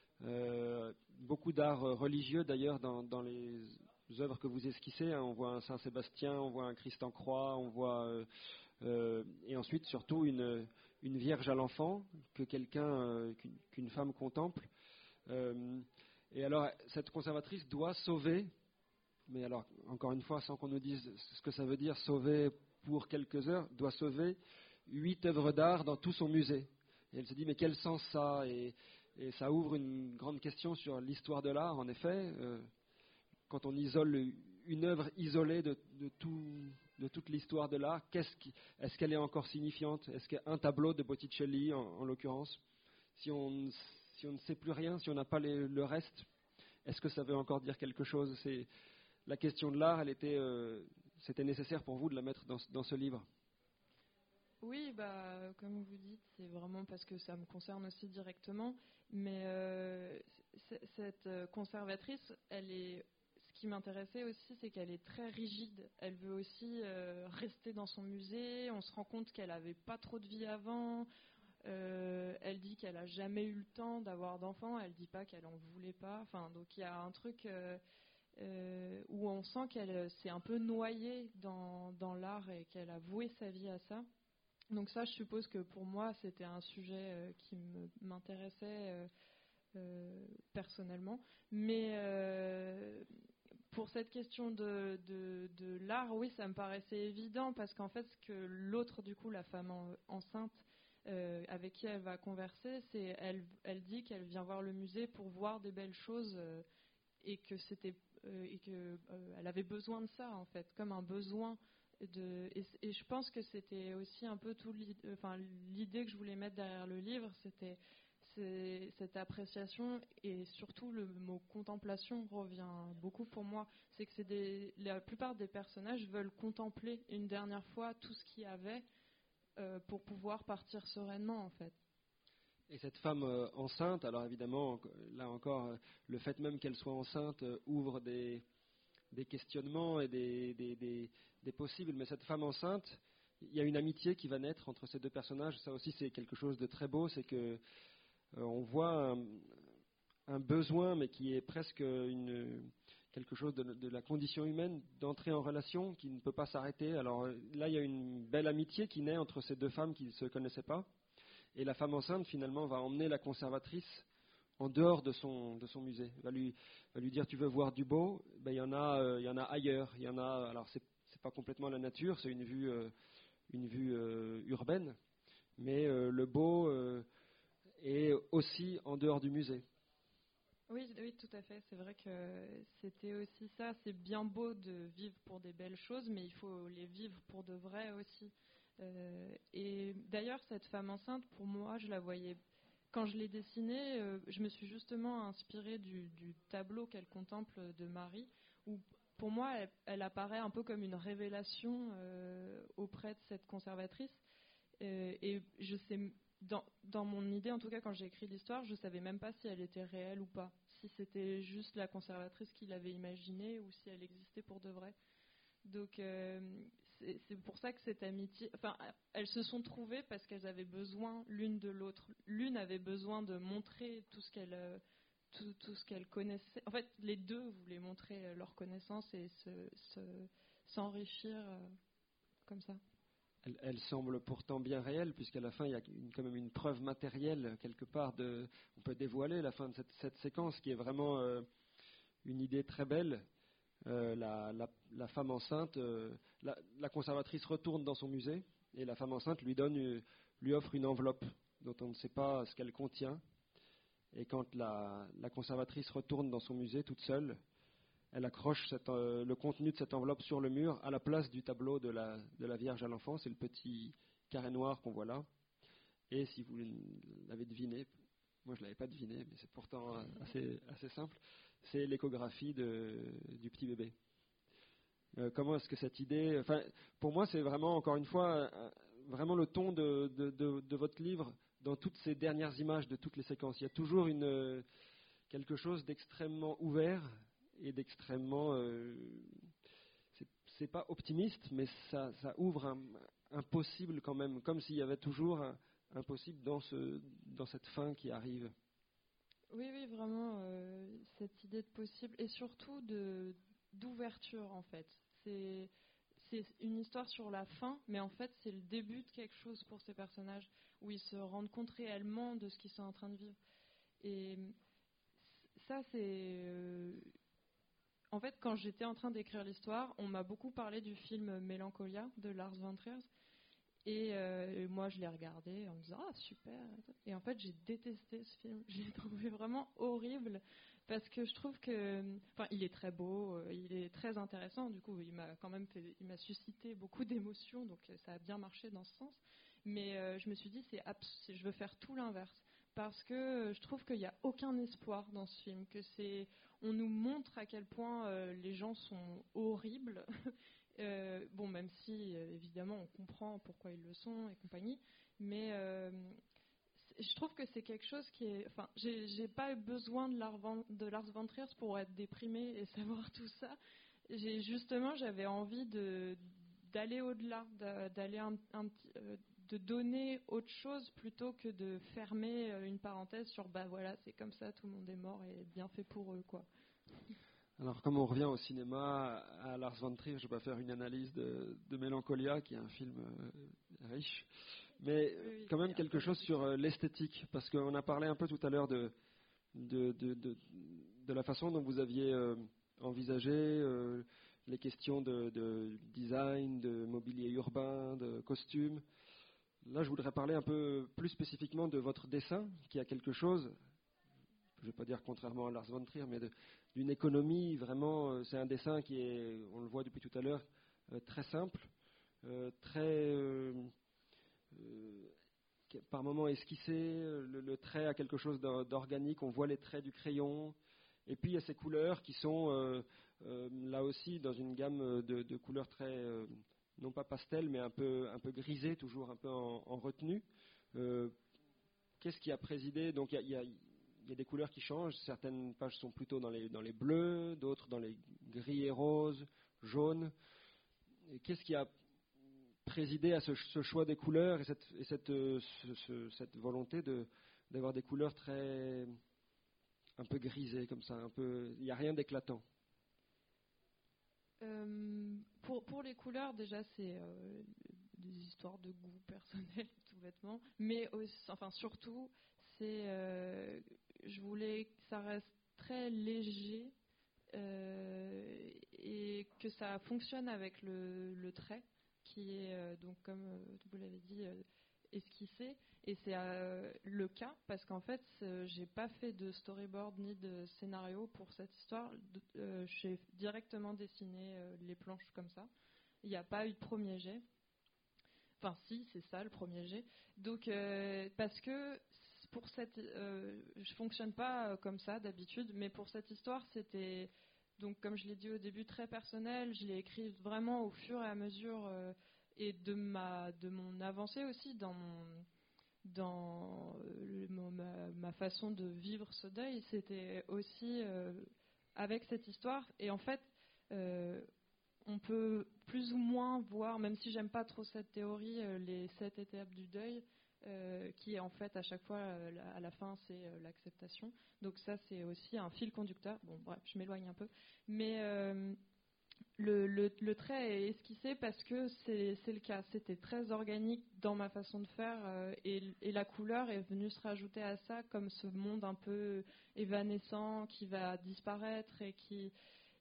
euh, beaucoup d'art religieux d'ailleurs dans, dans les œuvres que vous esquissez. Hein. On voit un Saint-Sébastien, on voit un Christ en croix, on voit, euh, euh, et ensuite surtout une, une Vierge à l'enfant que quelqu'un, euh, qu'une, qu'une femme contemple. Euh, et alors cette conservatrice doit sauver, mais alors encore une fois sans qu'on nous dise ce que ça veut dire sauver pour quelques heures, doit sauver huit œuvres d'art dans tout son musée. Et elle se dit, mais quel sens ça et, et ça ouvre une grande question sur l'histoire de l'art, en effet. Euh, quand on isole une œuvre isolée de, de, tout, de toute l'histoire de l'art, qu'est-ce qui, est-ce qu'elle est encore signifiante? Est-ce qu'un tableau de Botticelli, en, en l'occurrence, si on, si on ne sait plus rien, si on n'a pas les, le reste, est-ce que ça veut encore dire quelque chose? C'est, la question de l'art, elle était, euh, c'était nécessaire pour vous de la mettre dans, dans ce livre? Oui, bah, comme vous dites, c'est vraiment parce que ça me concerne aussi directement. Mais euh, cette conservatrice, elle est, ce qui m'intéressait aussi, c'est qu'elle est très rigide. Elle veut aussi euh, rester dans son musée. On se rend compte qu'elle n'avait pas trop de vie avant. Euh, elle dit qu'elle n'a jamais eu le temps d'avoir d'enfants. Elle ne dit pas qu'elle n'en voulait pas. Enfin, donc il y a un truc euh, euh, où on sent qu'elle s'est un peu noyée dans, dans l'art et qu'elle a voué sa vie à ça. Donc ça, je suppose que pour moi, c'était un sujet euh, qui me, m'intéressait euh, euh, personnellement. Mais euh, pour cette question de, de, de l'art, oui, ça me paraissait évident parce qu'en fait, ce que l'autre, du coup, la femme en, enceinte euh, avec qui elle va converser, c'est elle, elle dit qu'elle vient voir le musée pour voir des belles choses euh, et que c'était euh, et que euh, elle avait besoin de ça, en fait, comme un besoin. De, et, et je pense que c'était aussi un peu tout l'idée, enfin, l'idée que je voulais mettre derrière le livre, c'était c'est, cette appréciation et surtout le mot contemplation revient beaucoup pour moi. C'est que c'est des, la plupart des personnages veulent contempler une dernière fois tout ce qu'il y avait euh, pour pouvoir partir sereinement en fait. Et cette femme euh, enceinte, alors évidemment, là encore, euh, le fait même qu'elle soit enceinte euh, ouvre des, des questionnements et des, des, des, des possibles, mais cette femme enceinte, il y a une amitié qui va naître entre ces deux personnages. Ça aussi, c'est quelque chose de très beau, c'est que euh, on voit un, un besoin, mais qui est presque une, quelque chose de, de la condition humaine, d'entrer en relation, qui ne peut pas s'arrêter. Alors là, il y a une belle amitié qui naît entre ces deux femmes qui ne se connaissaient pas. Et la femme enceinte, finalement, va emmener la conservatrice en dehors de son, de son musée. Va lui, va lui dire, tu veux voir du beau? Ben, il y en a, euh, il y en a ailleurs. Il y en a, alors, c'est, c'est pas complètement la nature, c'est une vue, euh, une vue euh, urbaine. Mais euh, le beau euh, est aussi en dehors du musée. Oui, oui, tout à fait. C'est vrai que c'était aussi ça. C'est bien beau de vivre pour des belles choses, mais il faut les vivre pour de vrai aussi. Euh, et d'ailleurs, cette femme enceinte, pour moi, je la voyais. Quand je l'ai dessinée, euh, je me suis justement inspirée du, du tableau qu'elle contemple de Marie, où pour moi, elle, elle apparaît un peu comme une révélation euh, auprès de cette conservatrice. Euh, et je sais. Dans, dans mon idée, en tout cas, quand j'ai écrit l'histoire, je ne savais même pas si elle était réelle ou pas. si c'était juste la conservatrice qui l'avait imaginée ou si elle existait pour de vrai. Donc euh, c'est, c'est pour ça que cette amitié, enfin, elles se sont trouvées parce qu'elles avaient besoin l'une de l'autre. L'une avait besoin de montrer tout ce qu'elle, euh, tout, tout ce qu'elle connaissait. En fait, les deux voulaient montrer euh, leur connaissance et se, se, s'enrichir euh, comme ça. Elle, elle semble pourtant bien réelle, puisqu'à la fin, il y a une, quand même une preuve matérielle, quelque part, de, on peut dévoiler la fin de cette, cette séquence, qui est vraiment euh, une idée très belle. Euh, la, la, la femme enceinte, euh, la, la conservatrice retourne dans son musée, et la femme enceinte lui, donne, euh, lui offre une enveloppe dont on ne sait pas ce qu'elle contient. Et quand la, la conservatrice retourne dans son musée toute seule, elle accroche cette, euh, le contenu de cette enveloppe sur le mur à la place du tableau de la, de la Vierge à l'enfant. C'est le petit carré noir qu'on voit là. Et si vous l'avez deviné, moi je ne l'avais pas deviné, mais c'est pourtant assez, assez simple, c'est l'échographie de, du petit bébé. Euh, comment est-ce que cette idée... Enfin, pour moi, c'est vraiment, encore une fois, euh, vraiment le ton de, de, de, de votre livre dans toutes ces dernières images de toutes les séquences. Il y a toujours une, euh, quelque chose d'extrêmement ouvert et d'extrêmement... Euh, c'est, c'est pas optimiste, mais ça, ça ouvre un, un possible quand même, comme s'il y avait toujours un, un possible dans, ce, dans cette fin qui arrive. Oui, oui, vraiment, euh, cette idée de possible et surtout de, d'ouverture, en fait. C'est, c'est une histoire sur la fin, mais en fait, c'est le début de quelque chose pour ces personnages, où ils se rendent compte réellement de ce qu'ils sont en train de vivre. Et ça, c'est... Euh, en fait, quand j'étais en train d'écrire l'histoire, on m'a beaucoup parlé du film Mélancolia de Lars von Trier. Et, euh, et moi, je l'ai regardé en me disant « Ah, super !» Et en fait, j'ai détesté ce film. Je l'ai trouvé vraiment horrible parce que je trouve que... Enfin, il est très beau, euh, il est très intéressant. Du coup, il m'a quand même fait, il m'a suscité beaucoup d'émotions, donc euh, ça a bien marché dans ce sens. Mais euh, je me suis dit, c'est abs- je veux faire tout l'inverse. Parce que euh, je trouve qu'il n'y a aucun espoir dans ce film. Que c'est, on nous montre à quel point euh, les gens sont horribles. Euh, bon, même si euh, évidemment on comprend pourquoi ils le sont et compagnie, mais euh, je trouve que c'est quelque chose qui est. Enfin, j'ai, j'ai pas eu besoin de Lars, Van, de Lars von Trier pour être déprimée et savoir tout ça. J'ai justement, j'avais envie de d'aller au-delà, d'aller un, un petit, euh, de donner autre chose plutôt que de fermer une parenthèse sur bah voilà, c'est comme ça, tout le monde est mort et bien fait pour eux, quoi. Alors, comme on revient au cinéma, à Lars von Trier, je vais pas faire une analyse de, de Mélancolia, qui est un film euh, riche, mais Oui, oui, quand même c'est quelque chose sur euh, l'esthétique, parce qu'on a parlé un peu tout à l'heure de, de, de, de, de la façon dont vous aviez euh, envisagé euh, les questions de, de design, de mobilier urbain, de costumes. Là, je voudrais parler un peu plus spécifiquement de votre dessin, qui a quelque chose, je ne vais pas dire contrairement à Lars von Trier, mais de, d'une économie vraiment. Euh, c'est un dessin qui est, on le voit depuis tout à l'heure, euh, très simple, euh, très, euh, euh, par moments esquissé. Le, le trait a quelque chose d'organique. On voit les traits du crayon. Et puis il y a ces couleurs qui sont euh, euh, là aussi dans une gamme de, de couleurs très, euh, non pas pastel, mais un peu, un peu grisées, toujours un peu en, en retenue. Euh, qu'est-ce qui a présidé? Donc il y a, y a Il y a des couleurs qui changent. Certaines pages sont plutôt dans les, dans les bleus, d'autres dans les gris et roses, jaunes. Et qu'est-ce qui a présidé à ce, ce choix des couleurs et cette, et cette, euh, ce, ce, cette volonté de, d'avoir des couleurs très un peu grisées comme ça, un peu, il n'y a rien d'éclatant? Euh, pour, pour les couleurs, déjà, c'est euh, des histoires de goût personnel, tout bêtement. Mais aussi, enfin, surtout, c'est, euh, je voulais que ça reste très léger euh, et que ça fonctionne avec le, le trait, qui est, euh, donc, comme euh, vous l'avez dit, euh, esquissé. Et c'est euh, le cas parce qu'en fait, euh, j'ai pas fait de storyboard ni de scénario pour cette histoire. Euh, j'ai directement dessiné euh, les planches comme ça. Il n'y a pas eu de premier jet. Enfin, si, c'est ça le premier jet. Donc, euh, parce que pour cette, euh, je fonctionne pas comme ça d'habitude, mais pour cette histoire, c'était donc, comme je l'ai dit au début, très personnel. Je l'ai écrit vraiment au fur et à mesure euh, et de ma, de mon avancée aussi dans mon dans euh, ma, ma façon de vivre ce deuil, c'était aussi euh, avec cette histoire. Et en fait, euh, on peut plus ou moins voir, même si j'aime pas trop cette théorie, euh, les sept étapes du deuil, euh, qui est en fait à chaque fois, euh, à la fin, c'est euh, l'acceptation. Donc ça, c'est aussi un fil conducteur. Bon, bref, je m'éloigne un peu. Mais euh, le, le, le trait est esquissé parce que c'est, c'est le cas. C'était très organique dans ma façon de faire euh, et, et la couleur est venue se rajouter à ça comme ce monde un peu évanescent qui va disparaître et qui...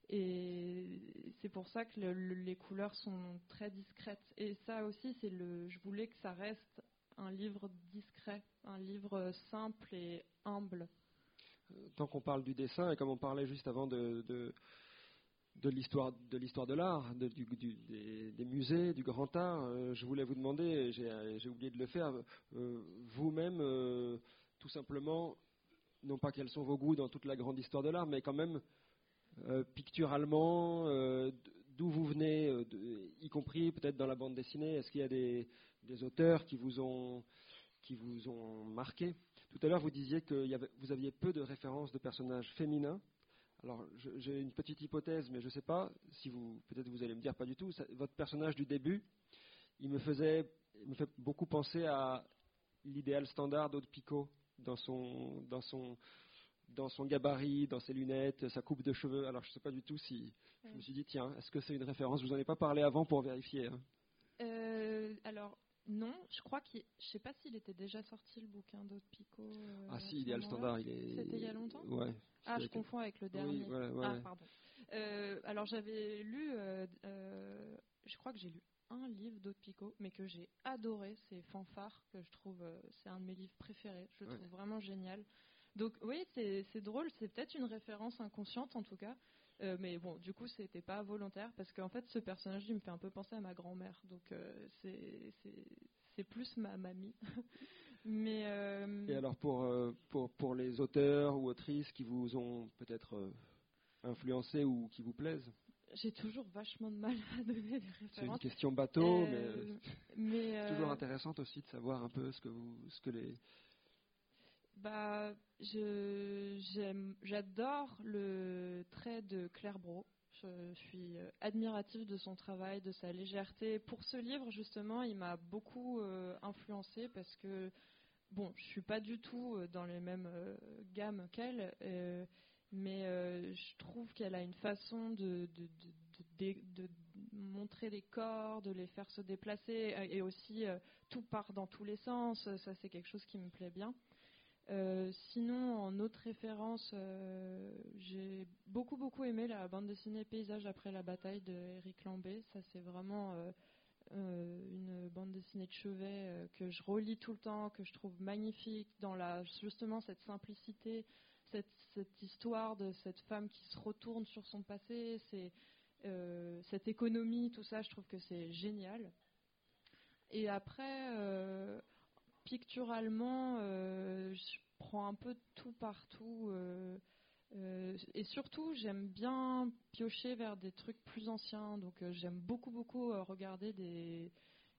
Et c'est pour ça que le, le, les couleurs sont très discrètes. Et ça aussi, c'est le, je voulais que ça reste un livre discret, un livre simple et humble. Tant qu'on parle du dessin, et comme on parlait juste avant de, de, de, l'histoire, de l'histoire de l'art, de, du, du, des, des musées, du grand art, euh, je voulais vous demander, et j'ai, j'ai oublié de le faire, euh, vous-même, euh, tout simplement, non pas quels sont vos goûts dans toute la grande histoire de l'art, mais quand même, Euh, picturalement, euh, d'où vous venez, euh, de, y compris peut-être dans la bande dessinée. Est-ce qu'il y a des, des auteurs qui vous ont qui vous ont marqué? Tout à l'heure, vous disiez que y avait, vous aviez peu de références de personnages féminins. Alors, je, j'ai une petite hypothèse, mais je ne sais pas si vous, peut-être vous allez me dire pas du tout. Ça, votre personnage du début, il me faisait, il me fait beaucoup penser à l'idéal standard d'Aude Picot dans son dans son dans son gabarit, dans ses lunettes, sa coupe de cheveux. Alors je ne sais pas du tout si... Je me suis dit, tiens, est-ce que c'est une référence? Je vous en ai pas parlé avant pour vérifier. Hein. Euh, alors, non, je crois qu'il... Je ne sais pas s'il était déjà sorti, le bouquin d'Aude Picot. Euh, ah si, Idéal Standard, il est... C'était il y a longtemps? Ouais. Ah, je confonds avec le dernier. Oui, voilà, ouais. Ah, pardon. Euh, alors j'avais lu... Euh, euh, je crois que j'ai lu un livre d'Aude Picot, mais que j'ai adoré, c'est Fanfare, que je trouve... Euh, c'est un de mes livres préférés. Je le ouais. trouve vraiment génial. Donc oui, c'est, c'est drôle, c'est peut-être une référence inconsciente en tout cas, euh, mais bon, du coup, c'était pas volontaire parce qu'en fait, ce personnage, il me fait un peu penser à ma grand-mère, donc euh, c'est, c'est, c'est plus ma mamie. mais euh... Et alors pour, euh, pour, pour les auteurs ou autrices qui vous ont peut-être euh, influencé ou qui vous plaisent? J'ai toujours vachement de mal à donner des références. C'est une question bateau, euh, mais, mais c'est euh... toujours intéressant aussi de savoir un peu ce que, vous, ce que les... Bah, je, j'aime, j'adore le trait de Claire Brault. Je, je suis admirative de son travail, de sa légèreté. Pour ce livre, justement, il m'a beaucoup euh, influencée parce que, bon, je suis pas du tout dans les mêmes euh, gammes qu'elle, euh, mais euh, je trouve qu'elle a une façon de, de, de, de, de montrer les corps, de les faire se déplacer, et aussi euh, tout part dans tous les sens. Ça, c'est quelque chose qui me plaît bien. Euh, sinon, en autre référence, euh, j'ai beaucoup beaucoup aimé la bande dessinée Paysage après la bataille de Éric Lambé. Ça, c'est vraiment euh, euh, une bande dessinée de chevet euh, que je relis tout le temps, que je trouve magnifique dans la justement cette simplicité, cette, cette histoire de cette femme qui se retourne sur son passé, c'est, euh, cette économie, tout ça, je trouve que c'est génial. Et après. Euh, Picturalement, euh, je prends un peu tout partout. Euh, euh, et surtout, j'aime bien piocher vers des trucs plus anciens. Donc, euh, j'aime beaucoup, beaucoup euh, regarder des,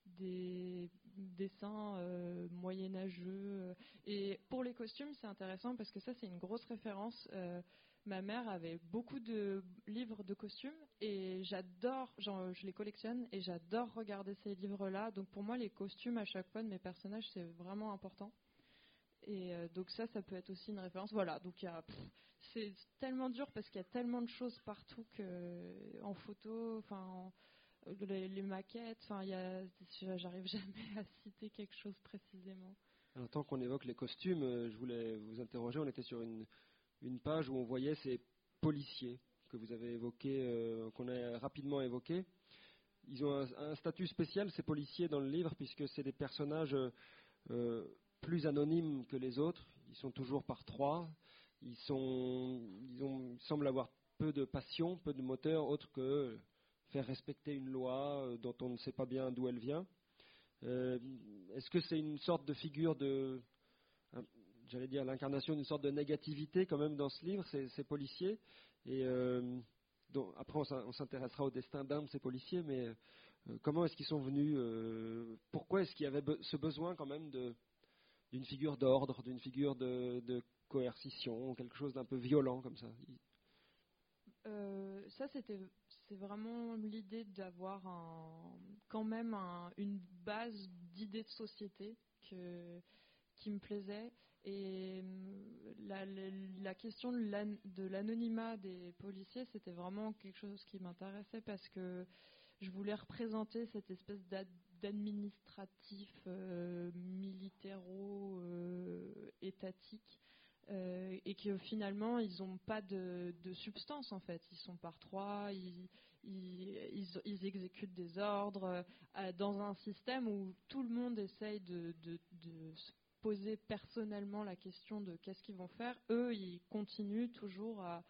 des dessins euh, moyenâgeux. Et pour les costumes, c'est intéressant parce que ça, c'est une grosse référence. Euh, ma mère avait beaucoup de livres de costumes et j'adore, genre, je les collectionne et j'adore regarder ces livres-là. Donc pour moi, les costumes à chaque fois de mes personnages, c'est vraiment important. Et euh, donc ça, ça peut être aussi une référence. Voilà, donc y a, pff, c'est tellement dur parce qu'il y a tellement de choses partout que, en photo, enfin, les, les maquettes, enfin, y a, j'arrive jamais à citer quelque chose précisément. Alors, tant qu'on évoque les costumes, je voulais vous interroger. On était sur une une page où on voyait ces policiers que vous avez évoqués, euh, qu'on a rapidement évoqués. Ils ont un, un statut spécial, ces policiers, dans le livre, puisque c'est des personnages euh, plus anonymes que les autres. Ils sont toujours par trois. Ils, sont, ils, ont, ils semblent avoir peu de passion, peu de moteur, autre que faire respecter une loi euh, dont on ne sait pas bien d'où elle vient. Euh, est-ce que c'est une sorte de figure de... Un, j'allais dire l'incarnation d'une sorte de négativité quand même dans ce livre, ces, ces policiers. Et euh, donc, après, on s'intéressera au destin d'un de ces policiers, mais euh, comment est-ce qu'ils sont venus euh, Pourquoi est-ce qu'il y avait be- ce besoin quand même de, d'une figure d'ordre, d'une figure de, de coercition, quelque chose d'un peu violent comme ça. Euh, ça, c'était, c'est vraiment l'idée d'avoir un, quand même un, une base d'idées de société que, qui me plaisait. Et la, la, la question de, l'an, de l'anonymat des policiers, c'était vraiment quelque chose qui m'intéressait parce que je voulais représenter cette espèce d'ad, d'administratif euh, militéro-étatique. Euh, et que finalement ils n'ont pas de, de substance en fait, ils sont par trois, ils, ils, ils, ils exécutent des ordres euh, dans un système où tout le monde essaye de, de, de se poser personnellement la question de qu'est-ce qu'ils vont faire. Eux ils continuent toujours à,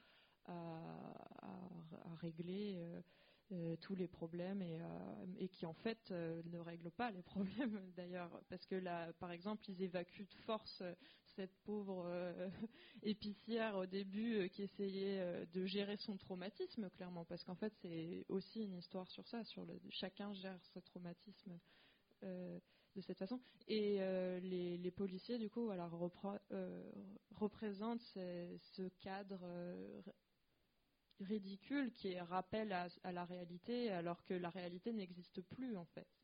à, à, à régler euh, euh, tous les problèmes et, euh, et qui en fait euh, ne règlent pas les problèmes d'ailleurs, parce que là par exemple ils évacuent de force euh, cette pauvre euh, épicière au début euh, qui essayait euh, de gérer son traumatisme, clairement, parce qu'en fait c'est aussi une histoire sur ça, sur le, chacun gère ce traumatisme euh, de cette façon. Et euh, les, les policiers du coup voilà, repro, euh, représentent ce, ce cadre euh, ridicule qui est rappel à, à la réalité, alors que la réalité n'existe plus en fait.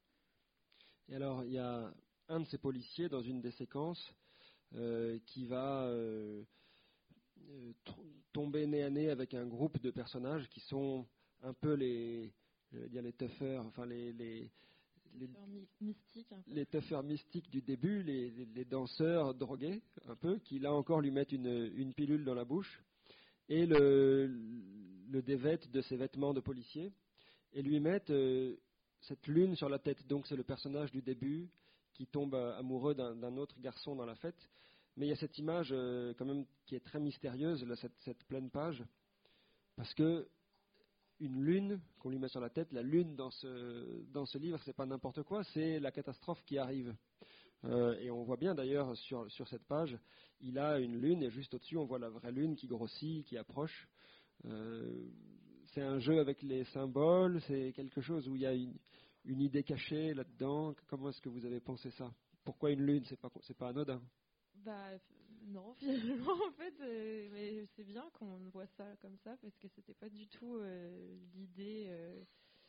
Et alors il y a un de ces policiers dans une des séquences Euh, qui va euh, euh, tomber nez à nez avec un groupe de personnages qui sont un peu les, je vais dire les toughers, enfin les les les, mystiques, les toughers mystiques du début, les, les, les danseurs drogués un peu, qui là encore lui mettent une, une pilule dans la bouche et le, le dévêtent de ses vêtements de policier et lui mettent euh, cette lune sur la tête. Donc c'est le personnage du début qui tombe amoureux d'un, d'un autre garçon dans la fête. Mais il y a cette image euh, quand même qui est très mystérieuse, là, cette, cette pleine page, parce que une lune qu'on lui met sur la tête, la lune dans ce, dans ce livre, c'est pas n'importe quoi, c'est la catastrophe qui arrive. Euh, et on voit bien d'ailleurs sur, sur cette page, il a une lune et juste au-dessus on voit la vraie lune qui grossit, qui approche. Euh, c'est un jeu avec les symboles, c'est quelque chose où il y a une, une idée cachée là-dedans. Comment est-ce que vous avez pensé ça? Pourquoi une lune? C'est pas, c'est pas anodin. Bah non, finalement en fait, euh, mais c'est bien qu'on voit ça comme ça parce que c'était pas du tout euh, l'idée. Euh,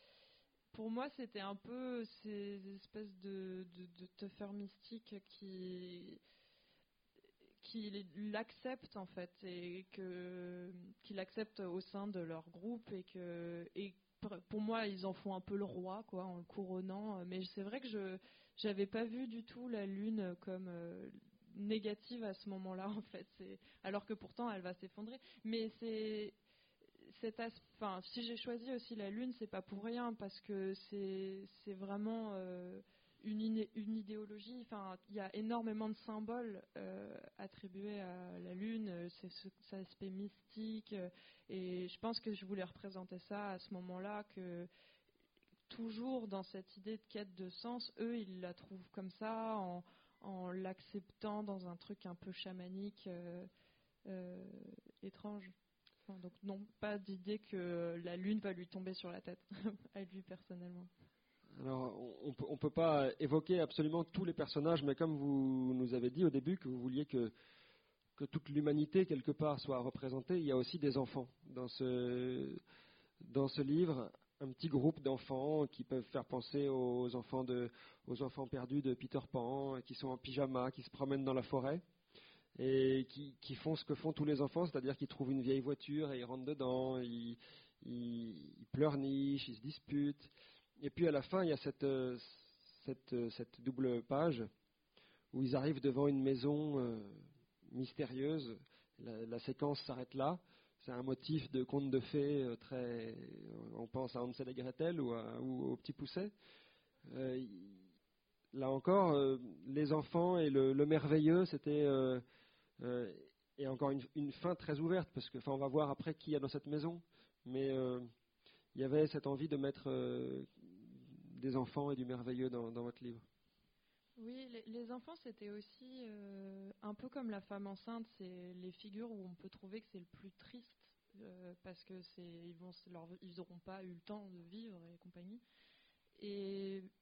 pour moi, c'était un peu ces espèces de, de, de toughers mystiques qui qui l'acceptent en fait et que qui l'acceptent au sein de leur groupe et que et pour moi ils en font un peu le roi quoi en le couronnant. Mais c'est vrai que je j'avais pas vu du tout la lune comme euh, négative à ce moment-là en fait, c'est, alors que pourtant elle va s'effondrer. Mais c'est cet as, enfin, si j'ai choisi aussi la lune, c'est pas pour rien parce que c'est c'est vraiment euh, une, iné, une idéologie. Enfin, il y a énormément de symboles euh, attribués à la lune, c'est ce, cet aspect mystique, euh, et je pense que je voulais représenter ça à ce moment-là, que toujours dans cette idée de quête de sens, eux ils la trouvent comme ça en en l'acceptant dans un truc un peu chamanique, euh, euh, étrange. Enfin, donc non, pas d'idée que la lune va lui tomber sur la tête, à lui personnellement. Alors, on ne peut pas évoquer absolument tous les personnages, mais comme vous nous avez dit au début que vous vouliez que, que toute l'humanité, quelque part, soit représentée, il y a aussi des enfants dans ce, dans ce livre. Un petit groupe d'enfants qui peuvent faire penser aux enfants, de, aux enfants perdus de Peter Pan, qui sont en pyjama, qui se promènent dans la forêt et qui, qui font ce que font tous les enfants, c'est-à-dire qu'ils trouvent une vieille voiture et ils rentrent dedans, ils, ils, ils pleurnichent, ils se disputent. Et puis à la fin, il y a cette, cette, cette double page où ils arrivent devant une maison euh, mystérieuse. La, la séquence s'arrête là. C'est un motif de conte de fées euh, très. On pense à Hansel et Gretel ou, à, ou au Petit Poucet. Euh, là encore, euh, les enfants et le, le merveilleux, c'était. Euh, euh, et encore une, une fin très ouverte, parce que, enfin, on va voir après qui il y a dans cette maison. Mais euh, il y avait cette envie de mettre euh, des enfants et du merveilleux dans, dans votre livre. Oui, les, les enfants, c'était aussi euh, un peu comme la femme enceinte, c'est les figures où on peut trouver que c'est le plus triste, euh, parce que c'est, ils vont, leur, ils n'auront pas eu le temps de vivre et compagnie. Et,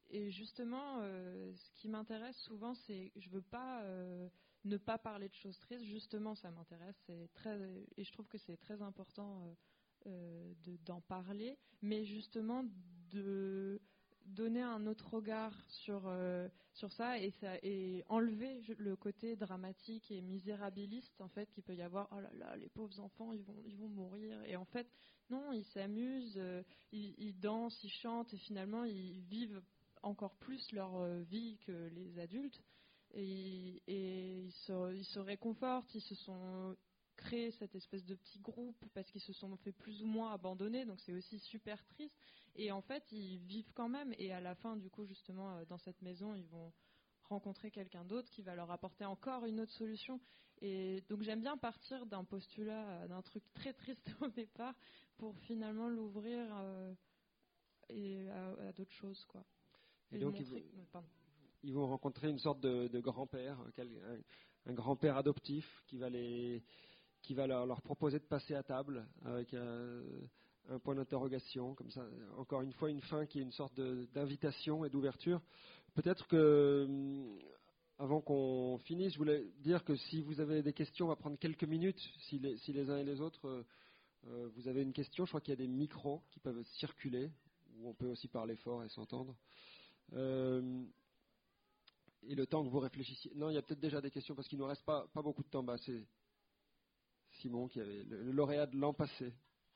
et justement, euh, ce qui m'intéresse souvent, c'est je veux pas euh, ne pas parler de choses tristes. Justement, ça m'intéresse, c'est très, et je trouve que c'est très important euh, euh, de, d'en parler, mais justement de donner un autre regard sur euh, sur ça et, ça et enlever le côté dramatique et misérabiliste en fait qu'il peut y avoir. Oh là là, les pauvres enfants, ils vont ils vont mourir. Et en fait, non, ils s'amusent, euh, ils, ils dansent, ils chantent et finalement ils vivent encore plus leur euh, vie que les adultes. Et, et ils, se, ils se réconfortent, ils se sont créés cette espèce de petit groupe parce qu'ils se sont fait plus ou moins abandonner, donc c'est aussi super triste. Et en fait, ils vivent quand même. Et à la fin, du coup, justement, euh, dans cette maison, ils vont rencontrer quelqu'un d'autre qui va leur apporter encore une autre solution. Et donc j'aime bien partir d'un postulat, euh, d'un truc très triste au départ, pour finalement l'ouvrir euh, et à, à d'autres choses, quoi. Et Et donc, ils, montrer... vont- Pardon. ils vont rencontrer une sorte de, de grand-père, un, quel- un- un grand-père adoptif qui va, les, qui va leur, leur proposer de passer à table avec un, un point d'interrogation, comme ça. Encore une fois, une fin qui est une sorte de- d'invitation et d'ouverture. Peut-être que, hum, avant qu'on finisse, je voulais dire que si vous avez des questions, on va prendre quelques minutes. Si les, si les uns et les autres, euh, euh, vous avez une question, je crois qu'il y a des micros qui peuvent circuler, où on peut aussi parler fort et s'entendre. Euh, et le temps que vous réfléchissiez. Non, il y a peut-être déjà des questions parce qu'il ne nous reste pas, pas beaucoup de temps. Bah, c'est Simon qui avait le, le lauréat de l'an passé.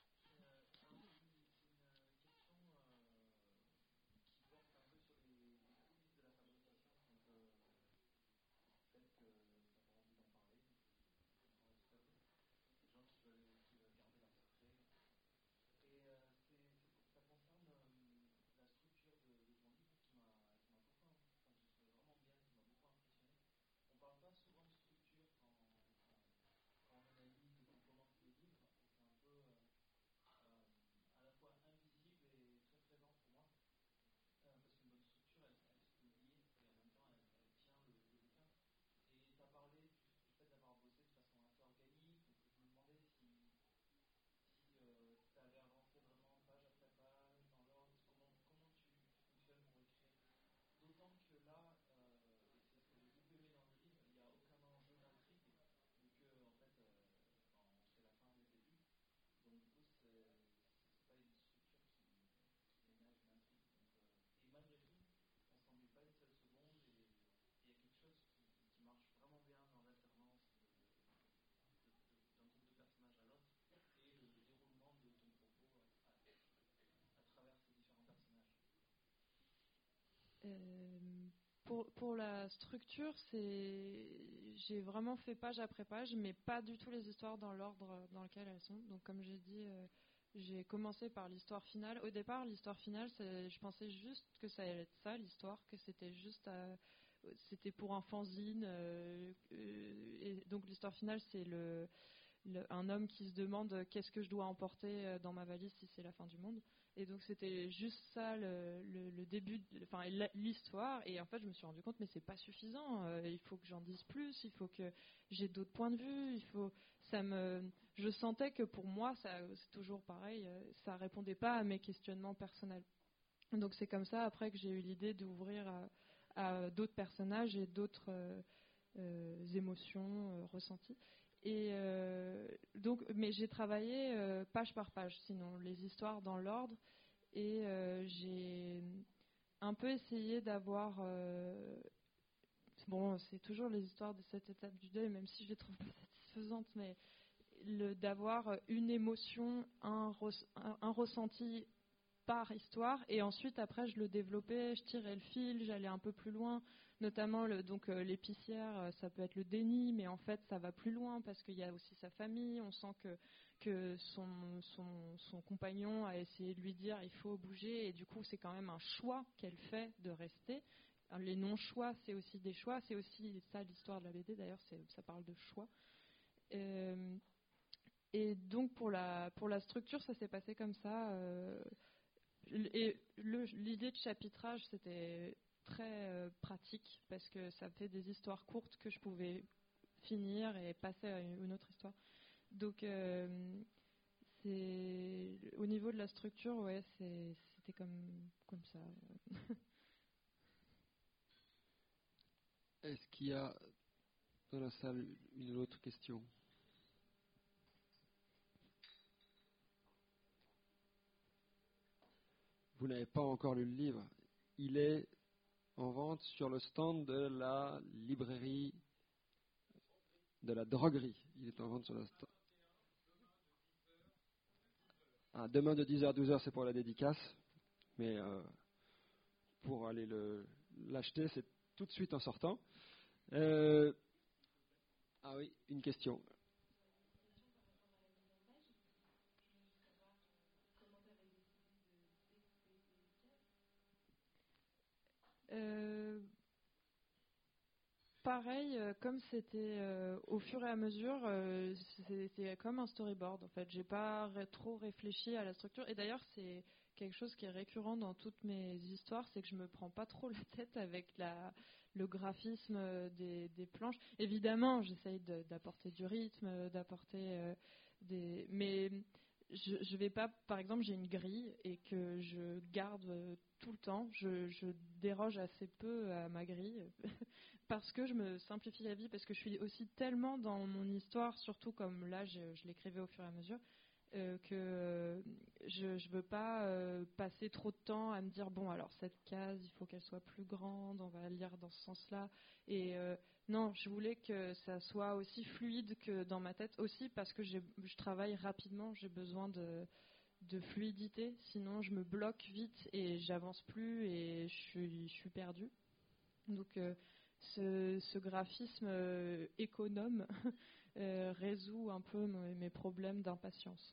Euh, pour, pour la structure, c'est, j'ai vraiment fait page après page, mais pas du tout les histoires dans l'ordre dans lequel elles sont. Donc, comme j'ai dit, euh, j'ai commencé par l'histoire finale. Au départ, l'histoire finale, c'est, je pensais juste que ça allait être ça, l'histoire, que c'était juste, à, c'était pour un fanzine. Euh, euh, et donc, l'histoire finale, c'est le, le, un homme qui se demande qu'est-ce que je dois emporter dans ma valise si c'est la fin du monde. Et donc c'était juste ça le, le, le début, de, enfin l'histoire. Et en fait je me suis rendu compte mais c'est pas suffisant. Euh, il faut que j'en dise plus. Il faut que j'ai d'autres points de vue. Il faut, ça me, je sentais que pour moi ça, c'est toujours pareil. Ça répondait pas à mes questionnements personnels. Donc c'est comme ça après que j'ai eu l'idée d'ouvrir à, à d'autres personnages et d'autres euh, euh, émotions euh, ressenties. Et euh, donc, mais j'ai travaillé euh, page par page, sinon les histoires dans l'ordre, et euh, j'ai un peu essayé d'avoir, euh, bon, c'est toujours les histoires de cette étape du deuil, même si je les trouve pas satisfaisantes, mais le, d'avoir une émotion, un, un, un ressenti par histoire, et ensuite après je le développais, je tirais le fil, j'allais un peu plus loin, notamment le, donc euh, l'épicière, ça peut être le déni, mais en fait ça va plus loin parce qu'il y a aussi sa famille, on sent que, que son, son, son compagnon a essayé de lui dire il faut bouger, et du coup c'est quand même un choix qu'elle fait de rester. Alors, les non-choix c'est aussi des choix, c'est aussi ça l'histoire de la B D d'ailleurs, c'est, ça parle de choix. Euh, et donc pour la, pour la structure ça s'est passé comme ça. Euh, Et le, l'idée de chapitrage, c'était très euh, pratique parce que ça fait des histoires courtes que je pouvais finir et passer à une autre histoire. Donc, euh, c'est, au niveau de la structure, ouais, c'est, c'était comme, comme ça. Est-ce qu'il y a dans la salle une autre question? Vous n'avez pas encore lu le livre. Il est en vente sur le stand de la librairie, de la droguerie. Il est en vente sur le stand. Ah, demain de dix heures à douze heures, c'est pour la dédicace. Mais euh, pour aller le, l'acheter, c'est tout de suite en sortant. Euh, ah oui, une question. Euh, pareil, euh, comme c'était euh, au fur et à mesure, euh, c'était comme un storyboard. En fait, j'ai pas ré- trop réfléchi à la structure. Et d'ailleurs, c'est quelque chose qui est récurrent dans toutes mes histoires, c'est que je me prends pas trop la tête avec la, le graphisme euh, des, des planches. Évidemment, j'essaye de- d'apporter du rythme, euh, d'apporter euh, des, mais je, je vais pas, par exemple, j'ai une grille et que je garde euh, tout le temps. Je, je déroge assez peu à ma grille parce que je me simplifie la vie, parce que je suis aussi tellement dans mon histoire, surtout comme là, je, je l'écrivais au fur et à mesure, euh, que euh, je ne veux pas euh, passer trop de temps à me dire, bon, alors cette case, il faut qu'elle soit plus grande, on va la lire dans ce sens-là. Et euh, non, je voulais que ça soit aussi fluide que dans ma tête, aussi parce que j'ai- je travaille rapidement, j'ai besoin de de fluidité, sinon je me bloque vite et j'avance plus et je suis, je suis perdue. Donc euh, ce, ce graphisme euh, économe euh, résout un peu mes, mes problèmes d'impatience.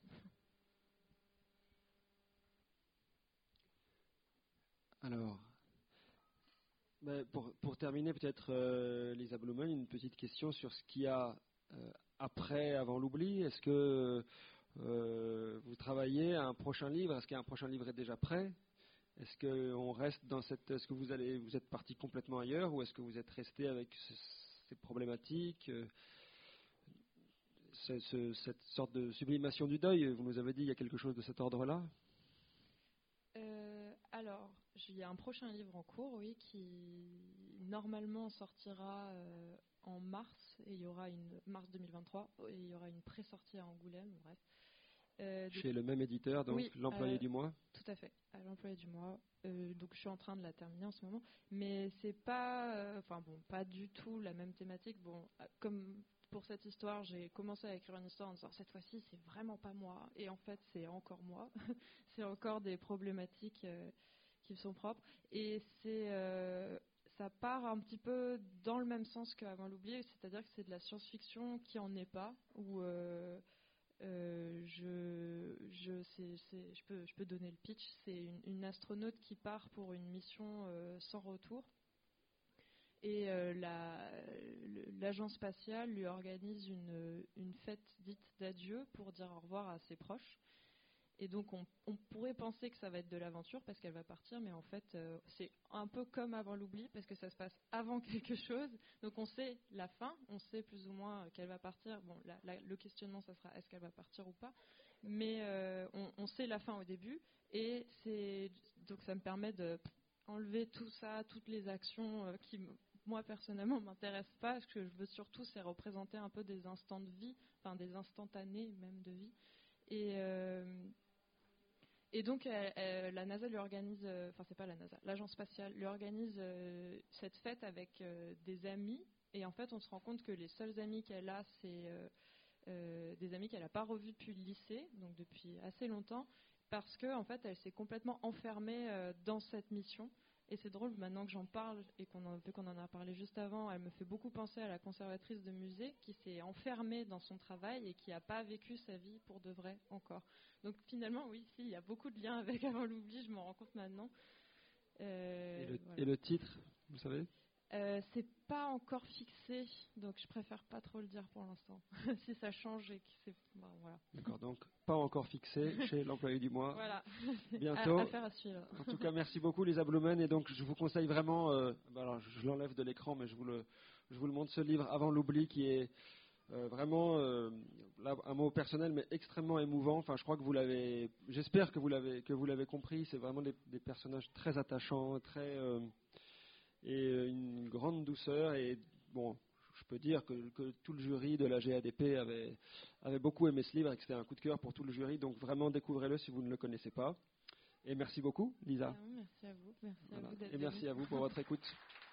Alors, ben, pour, pour terminer, peut-être, euh, Lisa Blumen, une petite question sur ce qu'il y a euh, après, avant l'oubli. Est-ce que euh, vous travaillez à un prochain livre? Est-ce qu'un prochain livre est déjà prêt? Est-ce que on reste dans cette, est-ce que vous allez, vous êtes parti complètement ailleurs, ou est-ce que vous êtes resté avec ce- ces problématiques, euh, ce- ce- cette sorte de sublimation du deuil? Vous nous avez dit il y a quelque chose de cet ordre-là. Euh, alors, il y a un prochain livre en cours, oui, qui normalement sortira euh, en mars, et il y aura une mars deux mille vingt-trois, et il y aura une pré-sortie à Angoulême, bref. Euh, donc, Chez le même éditeur, donc oui, l'employé euh, du mois. tout à fait, à l'employé du mois. Euh, donc je suis en train de la terminer en ce moment, mais c'est pas, euh, enfin bon, pas du tout la même thématique. Bon, euh, comme pour cette histoire, j'ai commencé à écrire une histoire en disant cette fois-ci c'est vraiment pas moi, et en fait c'est encore moi. C'est encore des problématiques euh, qui me sont propres, et c'est euh, ça part un petit peu dans le même sens qu'avant l'oublier, c'est-à-dire que c'est de la science-fiction qui en est pas, où euh, euh, je, je, c'est- c'est- je, peux, je peux donner le pitch. C'est une, une astronaute qui part pour une mission euh, sans retour. Et euh, la- le- l'agence spatiale lui organise une, une fête dite d'adieu pour dire au revoir à ses proches. Et donc on, on pourrait penser que ça va être de l'aventure parce qu'elle va partir, mais en fait euh, c'est un peu comme avant l'oubli parce que ça se passe avant quelque chose. Donc on sait la fin, on sait plus ou moins qu'elle va partir. Bon, la- la- le questionnement ça sera est-ce qu'elle va partir ou pas, mais euh, on, on sait la fin au début et c'est donc ça me permet de enlever tout ça, toutes les actions euh, qui m- moi personnellement m'intéressent pas. Ce que je veux surtout c'est représenter un peu des instants de vie, enfin des instantanés même de vie. Et, euh, et donc, elle- elle- la NASA lui organise, euh, enfin, c'est pas la NASA, l'agence spatiale lui organise euh, cette fête avec euh, des amis. Et en fait, on se rend compte que les seuls amis qu'elle a, c'est euh, euh, des amis qu'elle n'a pas revus depuis le lycée, donc depuis assez longtemps, parce que en fait, elle s'est complètement enfermée euh, dans cette mission. Et c'est drôle, maintenant que j'en parle et qu'on en, vu qu'on en a parlé juste avant, elle me fait beaucoup penser à la conservatrice de musée qui s'est enfermée dans son travail et qui n'a pas vécu sa vie pour de vrai encore. Donc finalement, oui, si, il y a beaucoup de liens avec Avant l'oubli, je m'en rends compte maintenant. Euh, Et le, voilà. et le titre, vous savez? Euh, c'est pas encore fixé, donc je préfère pas trop le dire pour l'instant. Si ça change et que c'est, bon, voilà. D'accord, donc pas encore fixé chez l'employé du mois. Voilà. Bientôt. À, affaire à suivre. En tout cas, merci beaucoup Lisa Blumen. Et donc, je vous conseille vraiment, euh, bah alors, je, je l'enlève de l'écran, mais je vous, le, je vous le montre, ce livre Avant l'oubli, qui est euh, vraiment, euh, là, un mot personnel, mais extrêmement émouvant. Enfin, je crois que vous l'avez, j'espère que vous l'avez, que vous l'avez compris. C'est vraiment des, des personnages très attachants, très, euh, et une grande douceur. Et bon, je peux dire que, que tout le jury de la G A D P avait, avait beaucoup aimé ce livre et que c'était un coup de cœur pour tout le jury. Donc vraiment, découvrez-le si vous ne le connaissez pas. Et merci beaucoup, Lisa. Merci à vous. Merci Voilà. à vous d'être Et merci venue. à vous pour votre écoute.